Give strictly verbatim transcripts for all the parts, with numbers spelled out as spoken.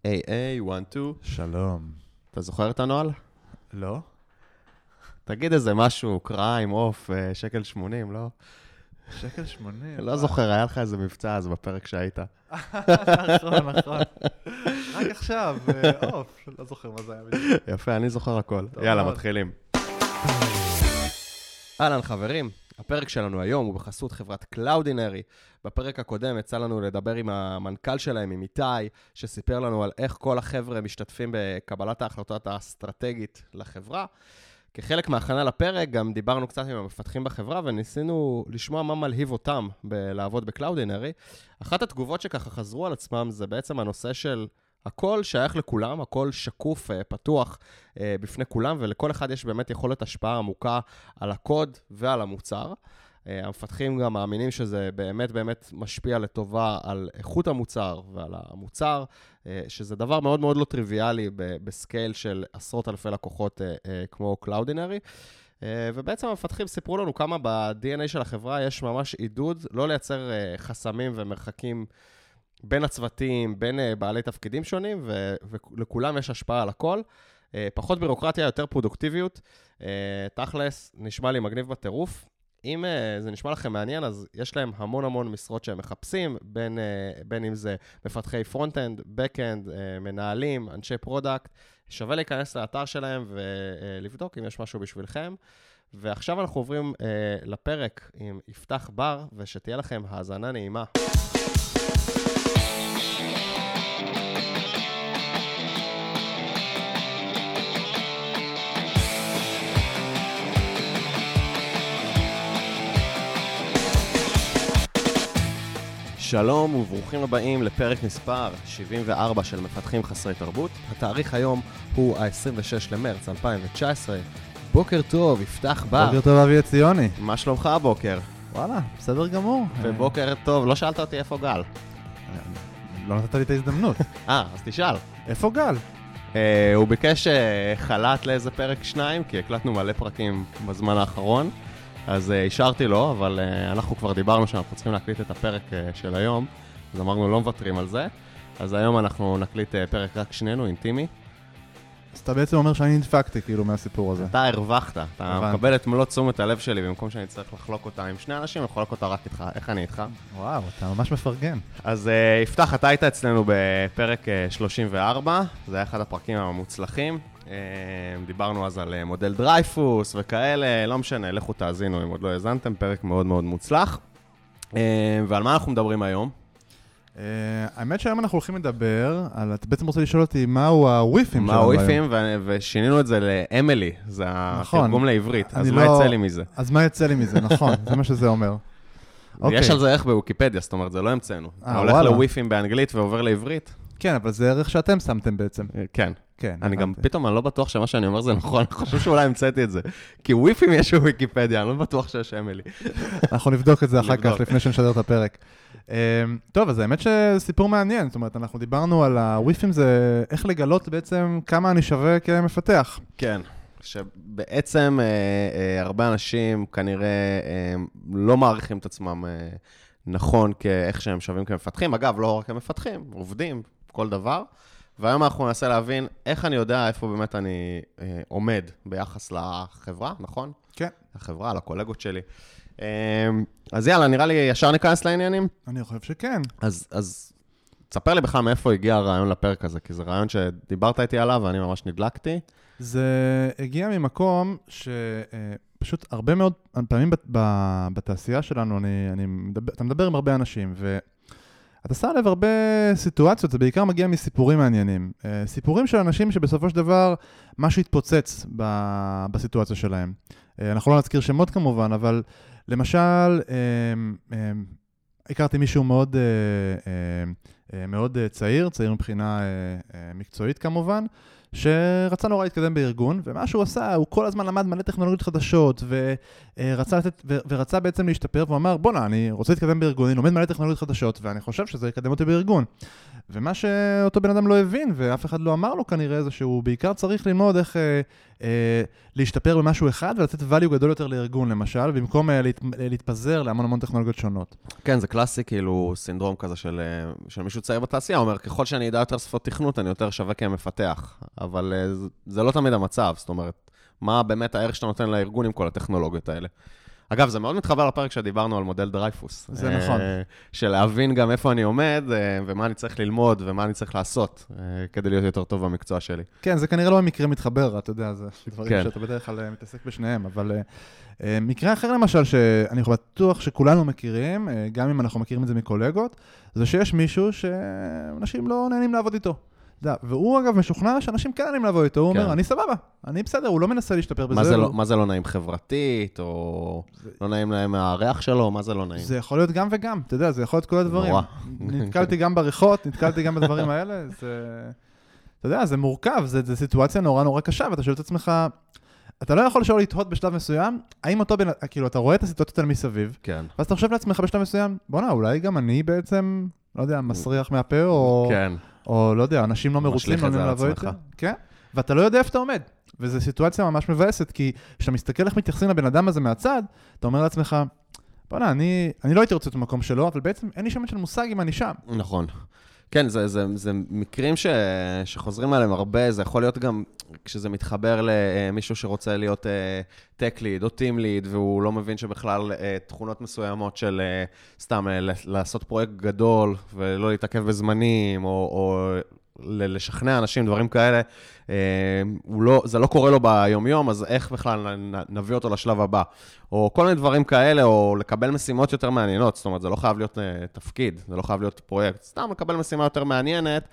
איי איי, one, two. שלום. אתה זוכר את הנועל? לא? תגיד איזה משהו, קריים, אוף, שקל שמונים, לא? שקל שמונים? לא זוכר, היה לך איזה מבצע אז בפרק שהיית. נכון, נכון. רק עכשיו, אוף, לא זוכר מה זה היה בדיוק. יפה, אני זוכר הכל. יאללה, מתחילים. אהלן חברים, הפרק שלנו היום הוא בחסות חברת קלאודינרי. בפרק הקודם יצא לנו לדבר עם המנכ"ל שלהם, עם איתי, שסיפר לנו על איך כל החבר'ה משתתפים בקבלת ההחלטות האסטרטגית לחברה. כחלק מההכנה לפרק גם דיברנו קצת עם המפתחים בחברה, וניסינו לשמוע מה מלהיב אותם בלעבוד בקלאודינרי. אחת התגובות שככה חזרו על עצמם זה בעצם הנושא של הכל שייך לכולם, הכל שקוף, פתוח בפני כולם, ולכל אחד יש באמת יכולת השפעה עמוקה על הקוד ועל המוצר. המפתחים גם מאמינים שזה באמת באמת משפיע לטובה על איכות המוצר ועל המוצר, שזה דבר מאוד מאוד לא טריוויאלי בסקייל של עשרות אלפי לקוחות כמו קלאודינרי. ובעצם המפתחים סיפרו לנו כמה ב-די אן איי של החברה יש ממש עידוד לא לייצר חסמים ומרחקים בין הצוותים, בין בעלי תפקידים שונים, ו- ולכולם יש השפעה על הכל. פחות בירוקרטיה, יותר פרודוקטיביות. תכלס, נשמע לי מגניב בטירוף. אם זה נשמע לכם מעניין, אז יש להם המון המון משרות שהם מחפשים, בין, בין אם זה מפתחי פרונט-אנד, בק-אנד, מנהלים, אנשי פרודקט. שווה להיכנס לאתר שלהם ולבדוק אם יש משהו בשבילכם. ועכשיו אנחנו עוברים לפרק עם יפתח בר, ושתהיה לכם האזנה נעימה. שלום וברוכים הבאים לפרק מספר שבעים וארבע של מפתחים חסרי תרבות. התאריך היום הוא ה-עשרים ושש למרץ אלפיים תשע עשרה. בוקר טוב, יפתח בר. בוקר טוב אבי ציוני. מה שלומך הבוקר? וואלה, בסדר גמור. ובוקר טוב, לא שאלת אותי איפה גל. לא נתת לי את ההזדמנות. אה, אז תשאל. איפה גל? הוא ביקש חלט לאיזה פרק שניים, כי הקלטנו מלא פרקים בזמן האחרון. אז השארתי לו, אבל אנחנו כבר דיברנו שאנחנו צריכים להקליט את הפרק של היום, אז אמרנו לא מוותרים על זה. אז היום אנחנו נקליט פרק רק שנינו, אינטימי. אז אתה בעצם אומר שאני נדפקתי כאילו מהסיפור הזה. אתה הרווחת, אתה מקבל את מלוא תשומת הלב שלי, במקום שאני צריך לחלוק אותה עם שני אנשים, לחלוק אותה רק איתך. איך אני איתך? וואו, אתה ממש מפרגן. אז יפתח, אתה היית אצלנו בפרק שלושים וארבע, זה היה אחד הפרקים המוצלחים. דיברנו אז על מודל דרייפוס וכאלה, לא משנה, לכו תאזינו אם עוד לא האזנתם, פרק מאוד מאוד מוצלח. ועל מה אנחנו מדברים היום? האמת שהיום אנחנו הולכים לדבר על, אתה בעצם רוצה לשאול אותי מהו הוויפים שלנו היום. מה הוויפים, ושינינו את זה לאמילי, זה התרגום לעברית, אז מה יצא לי מזה? אז מה יצא לי מזה, נכון, זה מה שזה אומר. יש על זה ערך בוויקיפדיה, זאת אומרת, זה לא המצאנו. אתה הולך לוויפים באנגלית ועובר לעברית? כן, אבל זה ערך שאתם שמתם בעצם. כן. כן, אני גם פתאום, אני לא בטוח שמה שאני אומר זה נכון, אני חושב שאולי המצאתי את זה. כי וויפים יש בוויקיפדיה, אני לא בטוח שיש אמילי. אנחנו נבדוק את זה אחר כך, לפני שנשדר את הפרק. טוב, אז האמת שסיפור מעניין, זאת אומרת, אנחנו דיברנו על הוויפים, זה איך לגלות בעצם כמה אני שווה כמפתח. כן, שבעצם הרבה אנשים כנראה לא מעריכים את עצמם נכון כאיך שהם שווים כמפתחים. אגב, לא רק כמפתחים, עובדים, כל דבר. והיום אנחנו ננסה להבין איך אני יודע איפה באמת אני אה, עומד ביחס לחברה, נכון? כן. לחברה, לקולגות שלי. אה, אז יאללה, נראה לי ישר ניכנס לעניינים? אני חושב שכן. אז, אז תספר לי בכלל מאיפה הגיע הרעיון לפרק הזה, כי זה רעיון שדיברת איתי עליו ואני ממש נדלקתי. זה הגיע ממקום שפשוט הרבה מאוד פעמים בתעשייה שלנו, אני, אני מדבר, אתה מדבר עם הרבה אנשים, ו... אתה שם לב הרבה סיטואציות, זה בעיקר מגיע מסיפורים מעניינים. סיפורים של אנשים שבסופו של דבר משהו התפוצץ בסיטואציה שלהם. אנחנו לא נזכיר שמות כמובן, אבל למשל, הכרתי מישהו מאוד, מאוד צעיר, צעיר מבחינה מקצועית כמובן, שרצה נורא להתקדם בארגון, ומה שהוא עשה, הוא כל הזמן למד מלא טכנולוגיות חדשות, ורצה, לתת, ורצה בעצם להשתפר, והוא אמר, בונה, אני רוצה להתקדם בארגון, אני לומד מלא טכנולוגיות חדשות, ואני חושב שזה יקדם אותי בארגון. ומה שאותו בן אדם לא הבין, ואף אחד לא אמר לו כנראה, זה שהוא בעיקר צריך ללמוד איך אה, אה, להשתפר במשהו אחד, ולתת value גדול יותר לארגון, למשל, במקום אה, להת, להתפזר להמון המון טכנולוגיות שונות. כן, זה קלאסי, כאילו, סינדרום כזה של, של מישהו צעיר בתעשייה, אומר, ככל שאני אדע יותר שפות תכנות, אני יותר שווה כמפתח. אבל אה, זה, זה לא תמיד המצב, זאת אומרת, מה באמת הערך שאתה נותן לארגון עם כל הטכנולוגיות האלה? אגב, זה מאוד מתחבר לפרק שדיברנו על מודל דרייפוס. זה נכון. של להבין גם איפה אני עומד, ומה אני צריך ללמוד, ומה אני צריך לעשות, כדי להיות יותר טוב במקצוע שלי. כן, זה כנראה לא המקרה מתחבר, אתה יודע, זה דברים שאתה בדרך כלל מתעסק בשניהם, אבל מקרה אחר למשל, שאני בטוח שכולנו מכירים, גם אם אנחנו מכירים את זה מקולגות, זה שיש מישהו שאנשים לא נהנים לעבוד איתו. והוא אגב משוכנע שאנשים כן נעים לבוא איתו, הוא אומר, אני סבבה, אני בסדר, הוא לא מנסה להשתפר בזה. מה זה לא נעים חברתית, או לא נעים להם מהריח שלו, מה זה לא נעים? זה יכול להיות גם וגם, אתה יודע, זה יכול להיות כל הדברים. נתקלתי גם בריחות, נתקלתי גם בדברים האלה, אתה יודע, זה מורכב, זה סיטואציה נורא נורא קשה, ואתה שואל את עצמך, אתה לא יכול לשאול להתהות בשלב מסוים, האם אותו בן, כאילו, אתה רואה את הסיטואציות האלה מסביב, ואז אתה חושב לעצמך בשלב מסוים, בוא'נה, אולי גם אני בעצם, לא יודע, מסריח מהפה, או... או לא יודע, אנשים לא מרוצים, לא נעים לבוא איתו. כן? ואתה לא יודע איפה אתה עומד. וזו סיטואציה ממש מבאסת, כי כשאתה מסתכל איך מתייחסים לבן אדם הזה מהצד, אתה אומר לעצמך, בוא'נה, אני, אני לא הייתי רוצה את המקום שלו, אבל בעצם אין לי שמץ של מושג אם אני שם. נכון. כן, זה, זה, זה מקרים ש, שחוזרים עליהם הרבה, זה יכול להיות גם כשזה מתחבר למישהו שרוצה להיות טק ליד או טים ליד, והוא לא מבין שבכלל תכונות מסוימות של סתם לעשות פרויקט גדול ולא להתעכב בזמנים, או, או לשכנע אנשים, דברים כאלה, הוא לא, זה לא קורה לו ביום-יום, אז איך בכלל נביא אותו לשלב הבא? או כל מיני דברים כאלה, או לקבל משימות יותר מעניינות, זאת אומרת, זה לא חייב להיות תפקיד, זה לא חייב להיות פרויקט, סתם לקבל משימה יותר מעניינת,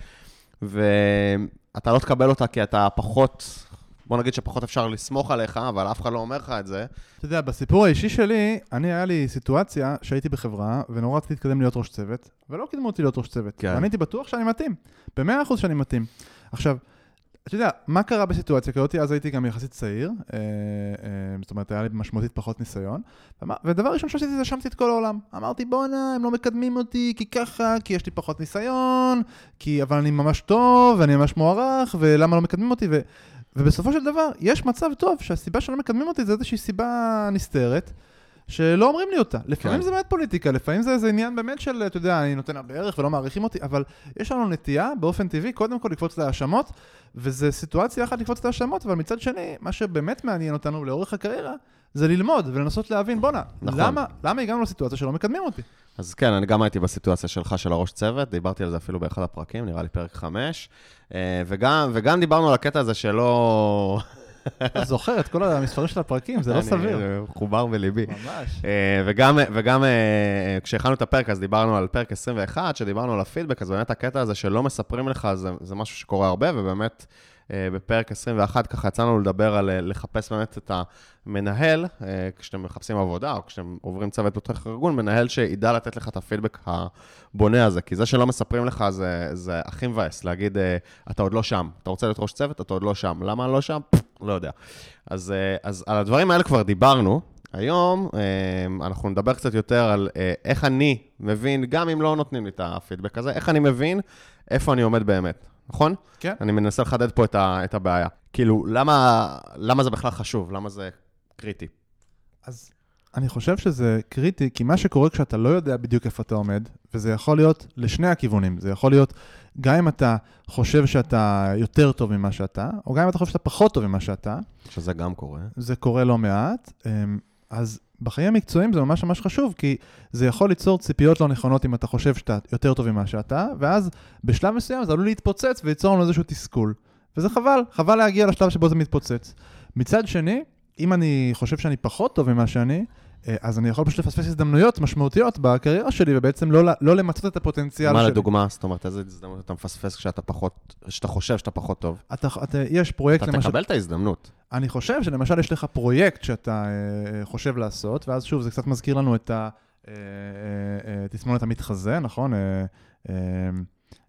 ואתה לא תקבל אותה כי אתה פחות, בוא נגיד שפחות אפשר לסמוך עליך, אבל אף אחד לא אומר לך את זה. אתה יודע, בסיפור האישי שלי, אני היה לי סיטואציה שהייתי בחברה, ונורא רציתי להתקדם להיות ראש צוות, ולא קידמו אותי להיות ראש צוות. כן. ואני הייתי בטוח שאני מתאים, ב-מאה אחוז שאני מתאים. עכשיו, אתה יודע, מה קרה בסיטואציה? כי אותי אז הייתי גם יחסית צעיר, אה, אה, זאת אומרת, היה לי משמעותית פחות ניסיון, ודבר ראשון שעשיתי זה שמתי את כל העולם. אמרתי, בוא'נה, הם לא מקדמים אותי, כי ככה, כי יש לי פחות ניסיון, כי, אבל אני ממש טוב, ואני ממש מוערך, ולמה לא מקדמים אותי, ו... ובסופו של דבר, יש מצב טוב שהסיבה שלא מקדמים אותי זה איזושהי סיבה נסתרת, שלא אומרים לי אותה. לפעמים זה באמת פוליטיקה, לפעמים זה איזה עניין באמת של, אתה יודע, אני נותן הרבה ערך ולא מעריכים אותי, אבל יש לנו נטייה באופן טבעי, קודם כל לקפוץ את ההאשמות, וזו סיטואציה אחת לקפוץ את ההאשמות, אבל מצד שני, מה שבאמת מעניין אותנו לאורך הקריירה, זה ללמוד ולנסות להבין, בונה, נכון. למה, למה הגענו לסיטואציה שלא מקדמים אותי? אז כן, אני גם הייתי בסיטואציה שלך של הראש צוות, דיברתי על זה אפילו באחד הפרקים, נראה לי פרק חמש, וגם, וגם דיברנו על הקטע הזה שלא... אתה זוכר את כל המספרים של הפרקים, זה לא סביר. חובר בליבי. ממש. וגם, וגם כשהכנו את הפרק, אז דיברנו על פרק עשרים ואחת, שדיברנו על הפידבק, אז באמת הקטע הזה שלא מספרים לך, זה, זה משהו שקורה הרבה, ובאמת בפרק עשרים ואחת ככה יצאנו לדבר על לחפש באמת את המנהל, כשאתם מחפשים עבודה, או כשאתם עוברים צוות בתוך ארגון, מנהל שידע לתת לך את הפידבק הבונה הזה, כי זה שלא מספרים לך זה, זה הכי מבאס, להגיד, אתה עוד לא שם, אתה רוצה להיות ראש צוות, אתה עוד לא שם, למה לא שם? לא יודע. אז, אז על הדברים האלה כבר דיברנו, היום אנחנו נדבר קצת יותר על איך אני מבין, גם אם לא נותנים לי את הפידבק הזה, איך אני מבין איפה אני עומד באמת. נכון? כן. אני מנסה לחדד פה את, ה, את הבעיה. כאילו, למה, למה זה בכלל חשוב? למה זה קריטי? אז אני חושב שזה קריטי, כי מה שקורה כשאתה לא יודע בדיוק איפה אתה עומד, וזה יכול להיות לשני הכיוונים. זה יכול להיות גם אם אתה חושב שאתה יותר טוב ממה שאתה, או גם אם אתה חושב שאתה פחות טוב ממה שאתה. שזה גם קורה. זה קורה לא מעט. אז בחיים המקצועיים זה ממש ממש חשוב, כי זה יכול ליצור ציפיות לא נכונות אם אתה חושב שאתה יותר טוב ממה שאתה, ואז בשלב מסוים זה עלול להתפוצץ וליצור לנו איזשהו תסכול. וזה חבל, חבל להגיע לשלב שבו זה מתפוצץ. מצד שני, אם אני חושב שאני פחות טוב ממה שאני, אז אני יכול פשוט לפספס הזדמנויות משמעותיות בקריירה שלי, ובעצם לא, לא למצות את הפוטנציאל מה שלי. מה לדוגמה? זאת אומרת, איזה הזדמנות אתה מפספס כשאתה פחות, שאתה חושב שאתה פחות טוב? אתה, אתה, יש פרויקט אתה למשל... תקבל את ההזדמנות. אני חושב שלמשל יש לך פרויקט שאתה אה, חושב לעשות, ואז שוב, זה קצת מזכיר לנו את ה... אה, אה, אה, תסמונת המתחזה, נכון? אה, אה,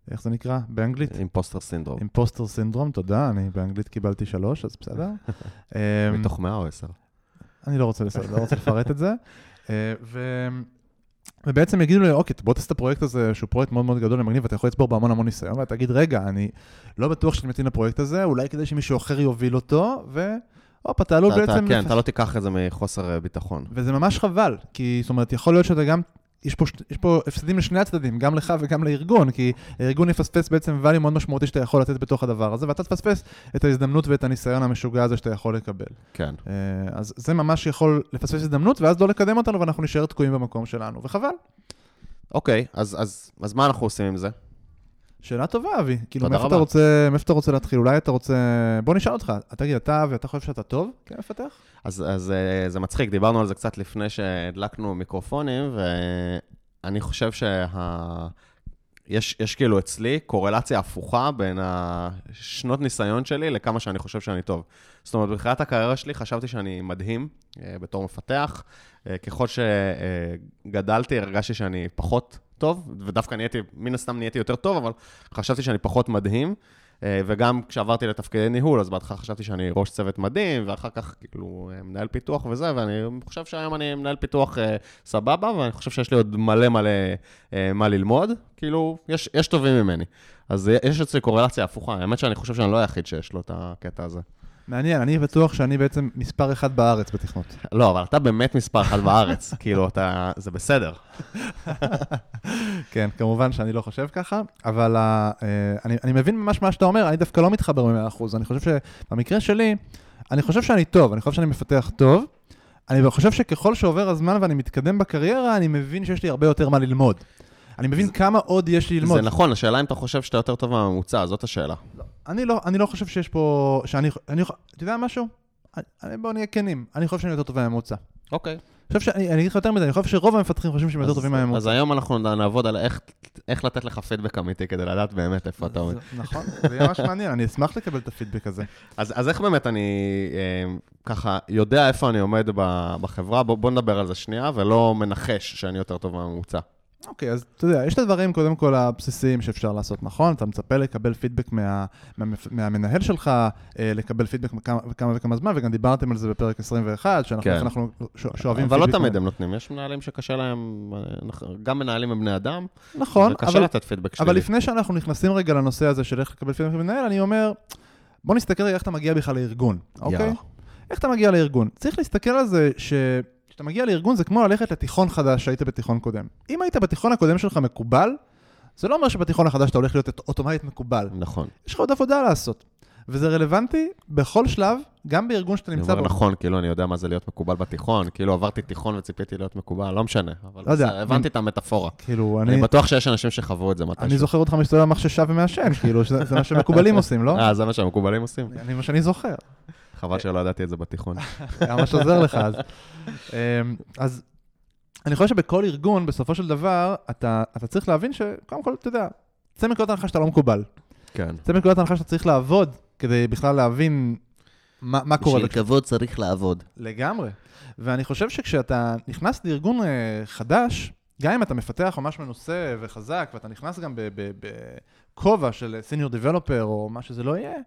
איך זה נקרא? באנגלית? אימפוסטר סינדרום. אימפוסטר סינדרום, תודה, אני באנגלית קיבלתי שלוש, אז בסדר. מתוך מאה או עשר? אני לא רוצה, לא רוצה לפרט את זה. ו... ובעצם יגידו לי, אוקיי, בוא תעשה את הפרויקט הזה, שהוא פרויקט מאוד מאוד גדול ומגניב, ואתה יכול לצבור בהמון המון ניסיון, ואתה תגיד, רגע, אני לא בטוח שאני מתאים לפרויקט הזה, אולי כדי שמישהו אחר יוביל אותו, והופ, אתה עלול בעצם... כן, אתה לא תיקח את זה מחוסר ביטחון. וזה ממש חבל, כי זאת אומרת, יכול להיות שאתה גם... יש פה, יש פה הפסדים לשני הצדדים, גם לך וגם לארגון, כי הארגון יפספס בעצם ואלי מאוד משמעותי שאתה יכול לתת בתוך הדבר הזה, ואתה תפספס את ההזדמנות ואת הניסיון המשוגע הזה שאתה יכול לקבל. כן. אז זה ממש יכול לפספס הזדמנות, ואז לא לקדם אותנו, ואנחנו נשאר תקועים במקום שלנו, וחבל. אוקיי, אז, אז, אז מה אנחנו עושים עם זה? שאלה טובה, אבי. כאילו, מאיפה אתה רוצה, מאיפה אתה רוצה להתחיל? אולי אתה רוצה... בוא נשאל אותך. אתה תגיד, אתה ואתה חושב שאתה טוב כמפתח? אז, אז זה מצחיק. דיברנו על זה קצת לפני שהדלקנו מיקרופונים, ואני חושב שה... יש, יש כאילו אצלי קורלציה הפוכה בין השנות ניסיון שלי לכמה שאני חושב שאני טוב. זאת אומרת, בתחילת הקריירה שלי חשבתי שאני מדהים בתור מפתח. ככל שגדלתי, הרגשתי שאני פחות טוב, ודווקא נהייתי, מן הסתם נהייתי יותר טוב, אבל חשבתי שאני פחות מדהים, וגם כשעברתי לתפקידי ניהול, אז בהתחלה חשבתי שאני ראש צוות מדהים, ואחר כך כאילו מנהל פיתוח וזה, ואני חושב שהיום אני מנהל פיתוח סבבה, ואני חושב שיש לי עוד מלא מלא מה ללמוד, כאילו יש, יש טובים ממני. אז יש אצלי קורלציה הפוכה, האמת שאני חושב שאני לא היחיד שיש לו את הקטע הזה. מעניין, אני בטוח שאני בעצם מספר אחד בארץ בתכנות. לא, אבל אתה באמת מספר אחד בארץ, כאילו, אתה, זה בסדר. כן, כמובן שאני לא חושב ככה, אבל אני, אני מבין ממש מה שאתה אומר, אני דווקא לא מתחבר ב-מאה אחוז, אני חושב שבמקרה שלי, אני חושב שאני טוב, אני חושב שאני מפתח טוב, אני חושב שככל שעובר הזמן ואני מתקדם בקריירה, אני מבין שיש לי הרבה יותר מה ללמוד. אני מבין כמה עוד יש לי ללמוד. זה נכון, השאלה אם אתה חושב שאתה יותר טוב מהממוצע, זאת השאלה. אני לא, אני לא חושב שיש פה, שאני, אני, אתה יודע משהו? אני, בוא נהיה כנים, אני חושב שאני יותר טוב מהממוצע. אוקיי. אני חושב שאני, אני אגיד לך יותר מדי, אני חושב שרוב המפתחים חושבים שהם יותר טובים מהממוצע. אז היום אנחנו נעבוד על איך, איך לתת לך פידבק אמיתי, כדי לדעת באמת איפה אתה עומד. נכון, זה יהיה ממש מעניין, אני אשמח לקבל את הפידבק הזה. אז, אז איך באמת אני, ככה, יודע איפה אני עומד בחברה, בוא, בוא נדבר על זה שנייה, ולא מנחש שאני יותר טוב מהממוצע. אוקיי, אז אתה יודע, יש את הדברים קודם כל הבסיסיים שאפשר לעשות, נכון? אתה מצפה לקבל פידבק מה, מה, מהמנהל שלך, לקבל פידבק כמה, כמה וכמה זמן, וגם דיברתם על זה בפרק עשרים ואחת, שאנחנו כן. אנחנו שואבים אבל פידבק. אבל לא תמיד הם נותנים, יש מנהלים שקשה להם, גם מנהלים הם בני אדם, נכון, וקשה אבל, לתת פידבק שלי. אבל לפני שאנחנו נכנסים רגע לנושא הזה של איך לקבל פידבק ממנהל, אני אומר, בוא נסתכל רגע איך אתה מגיע בכלל לארגון, אוקיי? איך אתה מגיע לארגון? צריך להסתכל על זה ש... כשאתה מגיע לארגון זה כמו ללכת לתיכון חדש שהיית בתיכון קודם. אם היית בתיכון הקודם שלך מקובל, זה לא אומר שבתיכון החדש אתה הולך להיות אוטומטית מקובל. נכון. יש לך עוד עבודה לעשות. וזה רלוונטי בכל שלב, גם בארגון שאתה נמצא בו. אני אומר נכון, כאילו אני יודע מה זה להיות מקובל בתיכון, כאילו עברתי תיכון וציפיתי להיות מקובל, לא משנה, אבל הבנתי את המטאפורה. כאילו אני בטוח שיש אנשים שחוו את זה מתישהו. אני זוכר אותך מסתובב מחששה ומעשן, כאילו זה מה שמקובלים עושים, לא? אה, זה מה שהמקובלים עושים. אני מה שאני זוכר. חבל שלא ידעתי את זה בתיכון. היה ממש עוזר לך אז. אז אני חושב שבכל ארגון, בסופו של דבר, אתה, אתה צריך להבין שקודם כל, אתה יודע, צא מנקודת ההנחה שאתה לא מקובל. כן. צא מנקודת ההנחה שאתה צריך לעבוד, כדי בכלל להבין מה, מה קורה. בשביל כבוד צריך לעבוד. לגמרי. ואני חושב שכשאתה נכנס לארגון חדש, גם אם אתה מפתח ממש מנוסה וחזק, ואתה נכנס גם בכובע של senior developer, או מה שזה לא יהיה,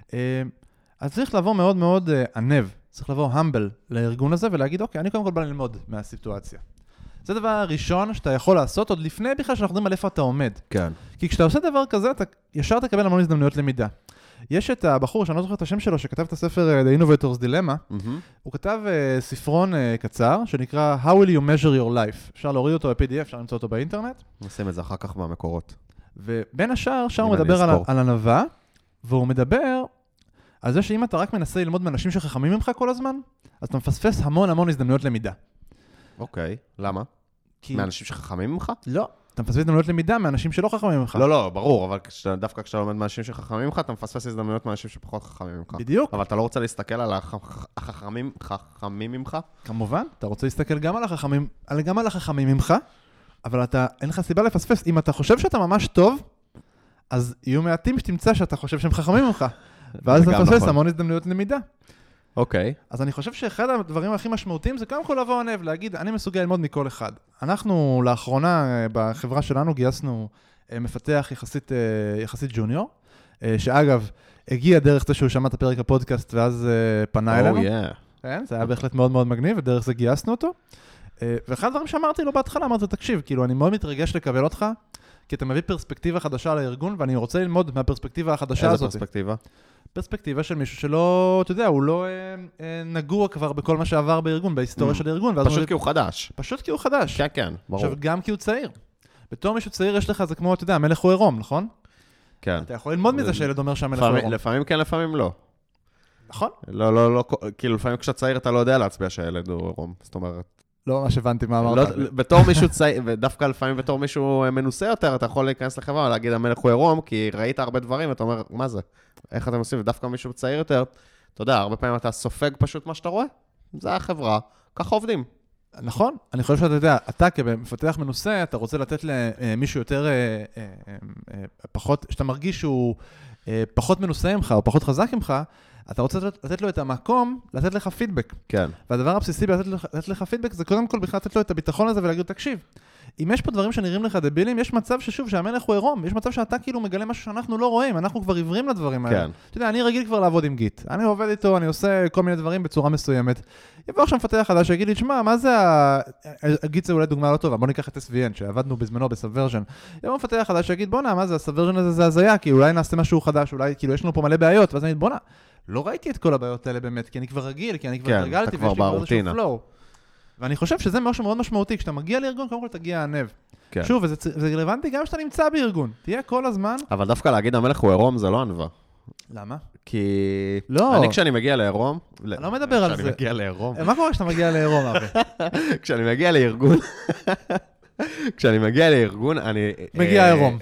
אז צריך לבוא מאוד מאוד ענב, צריך לבוא humble לארגון הזה ולהגיד, אוקיי, אני קודם כל בא ללמוד מהסיטואציה. זה דבר הראשון שאתה יכול לעשות עוד לפני בכלל שאנחנו יודעים על איפה אתה עומד. כן. כי כשאתה עושה דבר כזה, אתה ישר תקבל המון הזדמנויות למידה. יש את הבחור, שאני לא זוכר את השם שלו, שכתב את הספר The Innovator's Dilemma, mm-hmm. הוא כתב uh, ספרון uh, קצר, שנקרא How will you measure your life. אפשר להוריד אותו ב-פי די אף, אפשר למצוא אותו באינטרנט. נשים את זה אחר כך במקורות. ובין השאר, שם הוא מדבר על, על ענווה, והוא מדבר על זה שאם אתה רק מנסה ללמוד מאנשים שחכמים ממך כל הזמן, אז אתה מפספס המון המון הזדמנויות למידה. אוקיי, למה? כי... מאנשים שחכמים ממך? לא. אתה מפספס הזדמנויות למידה מאנשים שלא חכמים ממך. לא, לא, ברור, אבל דווקא כשאתה לומד מאנשים שחכמים ממך, אתה מפספס הזדמנויות מאנשים שפחות חכמים ממך. בדיוק. אבל אתה לא רוצה להסתכל על החכמים חכמים ממך? כמובן, אתה רוצה להסתכל גם על החכמים, גם על החכמים ממך, אבל אתה, אין לך סיבה לפספס. אם אתה חושב שאתה ממש טוב, אז יהיו מעטים שתמצא שאתה חושב שהם חכמים ממך. ואז אתה מפספס המון הזדמנויות למידה. אוקיי. אז אני חושב שאחד הדברים הכי משמעותיים זה קודם כל לבוא ענב, להגיד, אני מסוגל ללמוד מכל אחד. אנחנו לאחרונה בחברה שלנו גייסנו מפתח יחסית, יחסית ג'וניור, שאגב, הגיע דרך זה שהוא שמע את הפרק הפודקאסט, ואז פנה אלינו. כן, זה היה בהחלט מאוד מאוד מגניב, ודרך זה גייסנו אותו. ואחד הדברים שאמרתי לו בהתחלה, אמרתי, תקשיב, כאילו, אני מאוד מתרגש לקבל אותך, כי אתה מביא פרספקטיבה חדשה לארגון, ואני רוצה ללמוד מהפרספקטיבה החדשה הזאת. איזה פרספקטיבה? פרספקטיבה של מישהו שלא, אתה יודע, הוא לא נגוע כבר בכל מה שעבר בארגון, בהיסטוריה של הארגון. פשוט כי הוא חדש. פשוט כי הוא חדש. כן, כן, ברור. עכשיו, גם כי הוא צעיר. בתור מישהו צעיר יש לך, זה כמו, אתה יודע, המלך הוא עירום, נכון? כן. אתה יכול ללמוד מזה שילד אומר שהמלך הוא עירום. לפעמים כן, לפעמים לא. נכון? לא, לא, לא, כאילו לפעמים כשאתה צעיר אתה לא יודע להצביע שהילד הוא עירום. זאת אומרת... לא ממש הבנתי מה אמרת. בתור מישהו צעיר, ודווקא לפעמים בתור מישהו מנוסה יותר, אתה יכול להיכנס לחברה ולהגיד המלך הוא עירום, כי ראית הרבה דברים ואתה אומר, מה זה? איך אתם עושים? ודווקא מישהו צעיר יותר, אתה יודע, הרבה פעמים אתה סופג פשוט מה שאתה רואה. זה החברה, ככה עובדים. נכון, אני חושב שאתה יודע, אתה כמפתח מנוסה, אתה רוצה לתת למישהו יותר, פחות, שאתה מרגיש שהוא פחות מנוסה ממך או פחות חזק ממך, אתה רוצה לתת לו את המקום, לתת לך פידבק. כן. והדבר הבסיסי לתת לך פידבק זה קודם כל בכלל לתת לו את הביטחון הזה ולהגיד, תקשיב, אם יש פה דברים שנראים לך דבילים, יש מצב ששוב, שהמלך הוא עירום, יש מצב שאתה כאילו מגלה משהו שאנחנו לא רואים, אנחנו כבר עיוורים לדברים האלה. כן. אתה יודע, אני רגיל כבר לעבוד עם גיט. אני עובד איתו, אני עושה כל מיני דברים בצורה מסוימת. יבוא עכשיו מפתח חדש שיגיד לי, תשמע, מה זה הגיט זה אולי דוגמה לא טובה, בוא ניקח את אס וי אן, שעבדנו בזמנו בסאבוורז'ן. יבוא מפתח חדש שיגיד, בונה, מה זה, הסאבוורז'ן הזה זה הזיה, כי אולי נעשה משהו חדש, אולי כאילו יש לנו פה מלא בעיות, ואז אני אגיד, בונה, לא ראיתי את כל הבעיות האלה באמת, כי אני כבר רגיל, כי אני כבר התרגלתי, ויש לי כבר איזשהו פלואו. ואני חושב שזה משהו מאוד משמעותי, כשאתה מגיע לארגון, קודם כל תגיע ענב. כן. שוב, וזה, זה רלוונטי גם כשאתה נמצא בארגון. תהיה כל הזמן. אבל דווקא להגיד המלך הוא עירום זה לא ענווה. למה? כי... לא. אני כשאני מגיע לעירום... אני לא מדבר על זה. כשאני מגיע לעירום... מה קורה כשאתה מגיע לעירום, אבי? כשאני מגיע לארגון... כשאני מגיע לארגון, אני... מגיע עירום.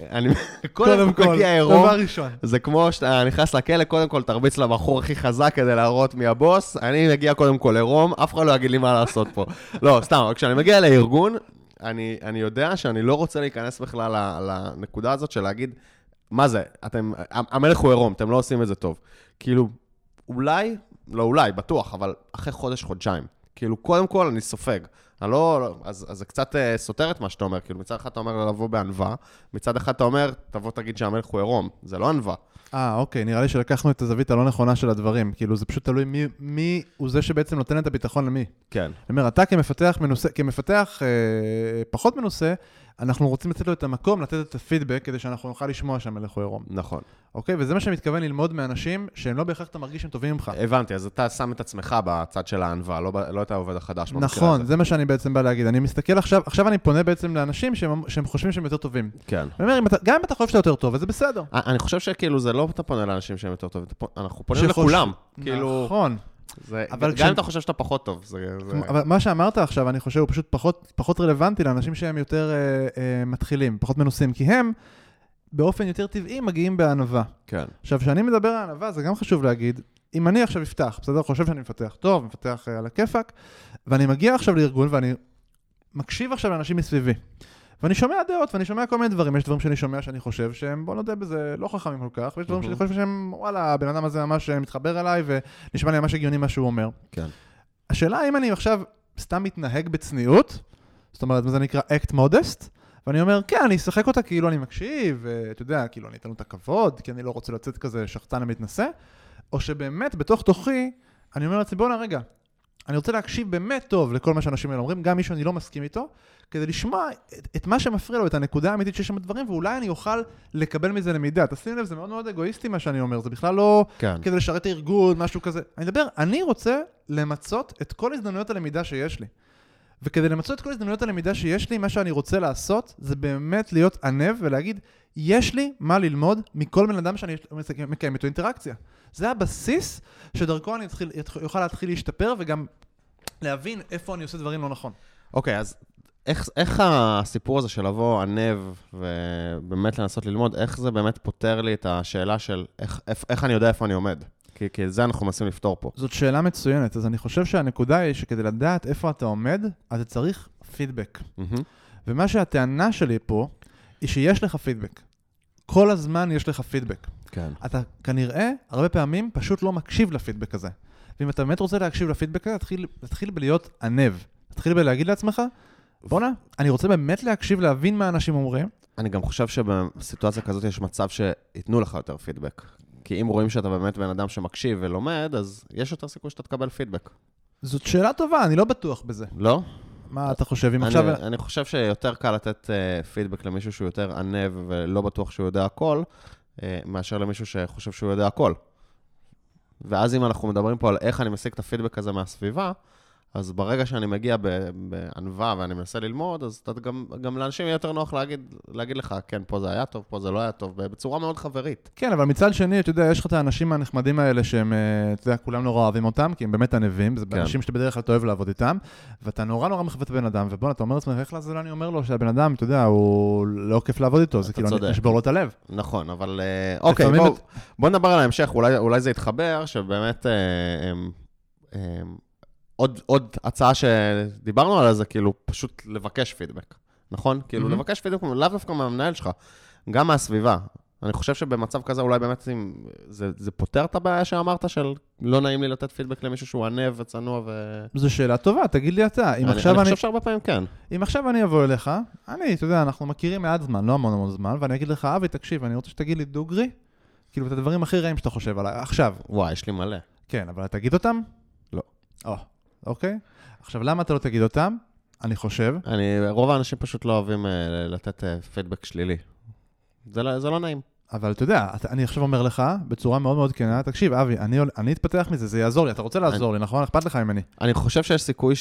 קודם כל מגיע עירום. דבר ראשון. זה כמו שאתה נכנס לכלא, קודם כל תרביץ לבחור הכי חזק כדי להראות מי הבוס, אני מגיע קודם כל עירום, אף אחד לא יגיד לי מה לעשות פה. לא, סתם, כשאני מגיע לארגון, אני, אני יודע שאני לא רוצה להיכנס בכלל לנקודה הזאת של להגיד, מה זה, אתם, המלך הוא עירום, אתם לא עושים את זה טוב. כאילו, אולי, לא אולי, בטוח, אבל אחרי חודש, חודשיים. כאילו, קודם כל אני סופג. אני לא, לא אז, אז זה קצת uh, סותר את מה שאתה אומר. כאילו, מצד אחד אתה אומר לבוא בענווה, מצד אחד אתה אומר, תבוא תגיד שהמלך הוא עירום. זה לא ענווה. אה, אוקיי, נראה לי שלקחנו את הזווית הלא נכונה של הדברים. כאילו, זה פשוט תלוי מי, מי הוא זה שבעצם נותן את הביטחון למי. כן. אני אומר, אתה כמפתח מנוסה, כמפתח אה, פחות מנוסה, אנחנו רוצים לתת לו את המקום, לתת את הפידבק, כדי שאנחנו נוכל לשמוע שהמלך הוא עירום. נכון. אוקיי, וזה מה שאני מתכוון ללמוד מאנשים, שהם לא בהכרח אתה מרגיש שהם טובים ממך. הבנתי, אז אתה שם את עצמך בצד של הענווה, לא, לא את העובד החדש. נכון, זה מה שאני בעצם בא להגיד. אני מסתכל עכשיו, עכשיו אני פונה בעצם לאנשים שהם, שהם חושבים שהם יותר טובים. כן. אני אומר, גם אם אתה חושב שאתה יותר טוב, וזה בסדר. אני חושב שכאילו זה לא אתה פונה לאנשים שהם יותר טובים, אנחנו פונים לכולם. נכון. זה, גם כש... אם אתה חושב שאתה פחות טוב. זה, זה... אבל מה שאמרת עכשיו, אני חושב, הוא פשוט פחות, פחות רלוונטי לאנשים שהם יותר אה, אה, מתחילים, פחות מנוסים, כי הם באופן יותר טבעי מגיעים בענווה. כן. עכשיו, כשאני מדבר על ענווה, זה גם חשוב להגיד, אם אני עכשיו אפתח, בסדר, חושב שאני מפתח טוב, מפתח אה, על הכיפק, ואני מגיע עכשיו לארגון, ואני מקשיב עכשיו לאנשים מסביבי. ואני שומע דעות, ואני שומע כל מיני דברים. יש דברים שאני שומע שאני חושב שהם, בוא נודה בזה, לא חכמים כל כך, ויש דברים שאני חושב שהם, וואלה, הבן אדם הזה ממש מתחבר אליי, ונשמע לי ממש הגיוני מה שהוא אומר. כן. השאלה, האם אני עכשיו סתם מתנהג בצניעות, זאת אומרת, זה נקרא act modest, ואני אומר, כן, אני אשחק אותה כאילו אני מקשיב, ואתה יודע, כאילו אני אתן לו את הכבוד, כי אני לא רוצה לצאת כזה שחצן המתנשא, או שבאמת, בתוך תוכי, אני אומר לעצמי, בוא נרגע, אני רוצה להקשיב באמת טוב לכל מה שאנשים האלה אומרים, גם מישהו אני לא מסכים איתו, כדי לשמוע את, את מה שמפריע לו, את הנקודה האמיתית שיש שם דברים, ואולי אני אוכל לקבל מזה למידה. תשים לב, זה מאוד מאוד אגואיסטי מה שאני אומר, זה בכלל לא כן. כדי לשרת הארגון, משהו כזה. אני מדבר, אני רוצה למצות את כל הזדמנויות הלמידה שיש לי. וכדי למצות את כל הזדמנויות הלמידה שיש לי, מה שאני רוצה לעשות, זה באמת להיות ענב ולהגיד, יש לי מה ללמוד מכל בן אדם שאני מקיים איתו אינטראקציה. זה הבסיס שדרכו אני אתחיל, יוכל להתחיל להשתפר וגם להבין איפה אני עושה דברים לא נכון. אוקיי, אז איך, איך הסיפור הזה של לבוא ענב ובאמת לנסות ללמוד, איך זה באמת פותר לי את השאלה של איך, איך, איך אני יודע איפה אני עומד? כי, כי זה אנחנו מנסים לפתור פה. זאת שאלה מצוינת, אז אני חושב שהנקודה היא שכדי לדעת איפה אתה עומד, אתה צריך פידבק. Mm-hmm. ומה שהטענה שלי פה, היא שיש לך פידבק. כל הזמן יש לך פידבק. כן. אתה כנראה, הרבה פעמים, פשוט לא מקשיב לפידבק הזה. ואם אתה באמת רוצה להקשיב לפידבק הזה, תתחיל, תתחיל בלהיות ענב. תתחיל בלהגיד לעצמך, בונה, אני רוצה באמת להקשיב, להבין מה אנשים אומרים, אני גם חושב שבסיטואציה כזאת יש מצב שיתנו לך יותר פידבק. כי אם רואים שאתה באמת בן אדם שמקשיב ולומד, אז יש יותר סיכוי שאתה תקבל פידבק. זאת שאלה טובה, אני לא בטוח בזה. לא? מה אתה חושב? אם אני, עכשיו... אני חושב שיותר קל לתת uh, פידבק למישהו שהוא יותר ענב ולא בטוח שהוא יודע הכל, uh, מאשר למישהו שחושב שהוא יודע הכל. ואז אם אנחנו מדברים פה על איך אני משיג את הפידבק הזה מהסביבה, אז ברגע שאני מגיע בענווה ואני מנסה ללמוד, אז גם, גם לאנשים יהיה יותר נוח להגיד, להגיד לך, כן, פה זה היה טוב, פה זה לא היה טוב, בצורה מאוד חברית. כן, אבל מצד שני, אתה יודע, יש לך את האנשים הנחמדים האלה שהם, אתה יודע, כולם נורא אוהבים אותם, כי הם באמת ענבים, זה כן. אנשים שאתה בדרך כלל אתה אוהב לעבוד איתם, ואתה נורא נורא מחווה את הבן אדם, ובוא, אתה אומר לעצמך, איך לזה לא אני אומר לו שהבן אדם, אתה יודע, הוא לא כיף לעבוד איתו, זה כאילו נשבור לו את הלב. נכון, אבל אוקיי, בוא, את... בוא נדבר על ההמשך, אולי, אולי זה יתחבר, שבאמת הם, הם, עוד, עוד הצעה שדיברנו עליה זה כאילו פשוט לבקש פידבק, נכון? כאילו mm-hmm. לבקש פידבק, לאו דווקא מהמנהל שלך, גם מהסביבה. אני חושב שבמצב כזה אולי באמת זה, זה פותר את הבעיה שאמרת של לא נעים לי לתת פידבק למישהו שהוא ענב וצנוע ו... זו שאלה טובה, תגיד לי אתה. אני, אני, אני חושב שהרבה פעמים כן. אם עכשיו אני אבוא אליך, אני, אתה יודע, אנחנו מכירים מעט זמן, לא המון המון זמן, ואני אגיד לך, אבי, תקשיב, אני רוצה שתגיד לי דוגרי, כאילו את הדברים הכי רעים שאתה חושב עליי, עכשיו. וואי, יש לי מלא. כן, אבל תגיד אותם? לא. או. אוקיי? עכשיו, למה אתה לא תגיד אותם? אני חושב. אני, רוב האנשים פשוט לא אוהבים uh, לתת uh, פידבק שלילי. זה לא, זה לא נעים. אבל אתה יודע, אני עכשיו אומר לך, בצורה מאוד מאוד כנה, תקשיב, אבי, אני, אני אתפתח מזה, זה יעזור לי, אתה רוצה לעזור אני, לי, נכון? אכפת לך ממני. אני חושב שיש סיכוי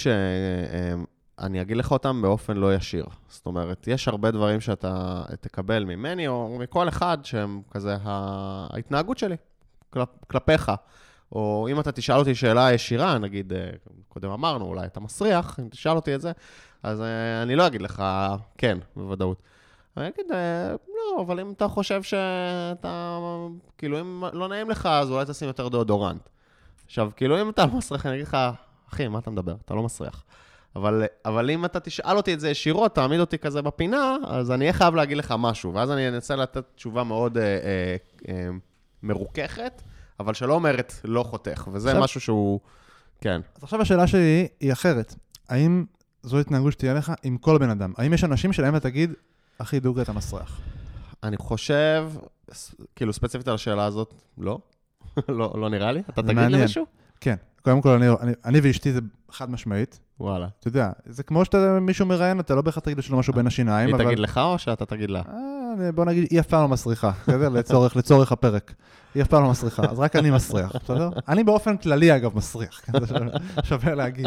שאני אגיד לך אותם באופן לא ישיר. זאת אומרת, יש הרבה דברים שאתה תקבל ממני, או מכל אחד, שהם כזה ההתנהגות שלי, כלפ, כלפיך. או אם אתה תשאל אותי שאלה ישירה, נגיד, קודם אמרנו, אולי אתה מסריח, אם תשאל אותי את זה, אז אני לא אגיד לך, כן, בוודאות. אני אגיד, לא, אבל אם אתה חושב שאתה, כאילו, אם לא נעים לך, אז אולי תשים יותר דאודורנט. עכשיו, כאילו, אם אתה לא מסריח, אני אגיד לך, אחי, מה אתה מדבר? אתה לא מסריח. אבל, אבל אם אתה תשאל אותי את זה ישירות, תעמיד אותי כזה בפינה, אז אני אהיה חייב להגיד לך משהו, ואז אני אנסה לתת תשובה מאוד אה, אה, אה, מרוככת, אבל שלא אומרת לא חותך, וזה עכשיו, משהו שהוא, כן. אז עכשיו השאלה שלי היא אחרת. האם זו התנהגות שתהיה לך עם כל בן אדם? האם יש אנשים שלהם אתה תגיד, אחי דוגרי אתה מסריח? אני חושב, כאילו ספציפית על השאלה הזאת, לא. לא, לא נראה לי. אתה תגיד למישהו? כן. קודם כל, אני, אני, אני ואשתי זה חד משמעית. וואלה. אתה יודע, זה כמו שאתה מישהו מראיין, אתה לא בהכרח תגיד לו שלו משהו בין השיניים. היא אבל... תגיד לך או שאתה תגיד לה? אה, בוא נגיד, היא אף פעם לא מסריחה, לצורך, לצורך הפרק. היא אף פעם לא מסריחה, אז רק אני מסריח, בסדר? אני באופן כללי, אגב, מסריח, שווה להגיד.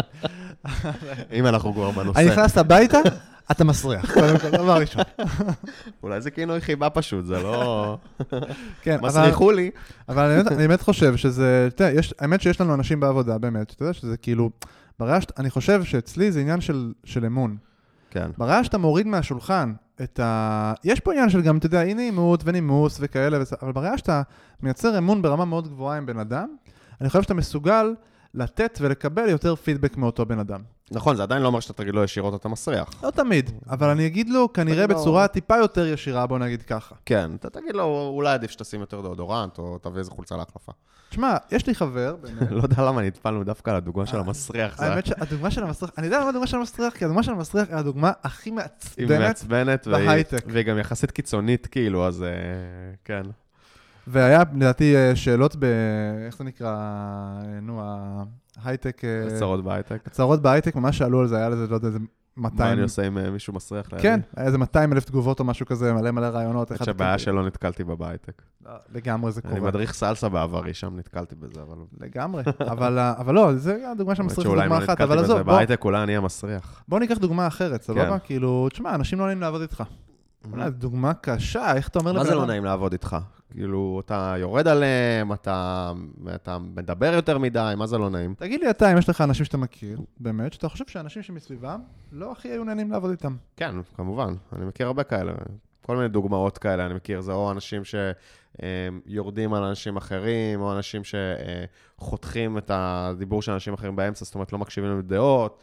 אם אנחנו כבר בנושא. אני נכנס הביתה, אתה מסריח, קודם כל, דבר ראשון. אולי זה כינוי חיבה פשוט, זה לא... מסריחו לי. אבל אני באמת חושב שזה, אתה יודע, האמת שיש לנו אנשים בעבודה, באמת, אתה יודע שזה כאילו, אני חושב שאצלי זה עניין של אמון. כן. ברגע שאתה מוריד מהשולחן את ה... יש פה עניין של גם, אתה יודע, אי נעימות ונימוס וכאלה, אבל ברגע שאתה מייצר אמון ברמה מאוד גבוהה עם בן אדם, אני חושב שאתה מסוגל לתת ולקבל יותר פידבק מאותו בן אדם. נכון, זה עדיין לא אומר שאתה תגיד לו ישירות, אתה מסריח. לא תמיד, אבל אני אגיד לו כנראה בצורה טיפה יותר ישירה, בוא נגיד ככה. כן, אתה תגיד לו, אולי עדיף שתשים יותר דאודורנט, או תביא איזה חולצה להחלפה. תשמע, יש לי חבר, באמת. לא יודע למה נטפלנו דווקא על הדוגמה של המסריח. האמת שהדוגמה של המסריח, אני יודע למה הדוגמה של המסריח, כי הדוגמה של המסריח היא הדוגמה הכי מעצבנת בהייטק. והיא גם יחסית קיצונית, כאילו, אז כן. והיה, לדעתי, שאלות ב... איך זה נקרא? נו, ההייטק... הצהרות בהייטק. הצהרות בהייטק, ממש שאלו על זה, היה לזה, לא יודע, איזה מאתיים... מה אני עושה עם מישהו מסריח לידי? כן, היה איזה מאתיים אלף תגובות או משהו כזה, מלא מלא רעיונות. עד שבעיה שלא נתקלתי בה בהייטק. לגמרי זה קורה. אני מדריך סלסה בעברי, שם נתקלתי בזה, אבל... לגמרי, אבל לא, זה הדוגמה של המסריח, דוגמה אחת, אבל עזוב, בוא... בהייטק אולי אני המסריח. בוא ניקח דוגמה אחרת, סבבה? כאילו, תשמע, אנשים לא נעים לעבוד איתך. דוגמה קשה, איך אתה אומר לבן אדם? מה זה לא נעים לעבוד איתך? כאילו, אתה יורד עליהם, אתה, אתה מדבר יותר מדי, מה זה לא נעים? תגיד לי אתה, אם יש לך אנשים שאתה מכיר, באמת, שאתה חושב שאנשים שמסביבם לא הכי היו נהנים לעבוד איתם. כן, כמובן. אני מכיר הרבה כאלה. כל מיני דוגמאות כאלה אני מכיר. זה או אנשים שיורדים על אנשים אחרים, או אנשים שחותכים את הדיבור של אנשים אחרים באמצע, זאת אומרת, לא מקשיבים להם דעות.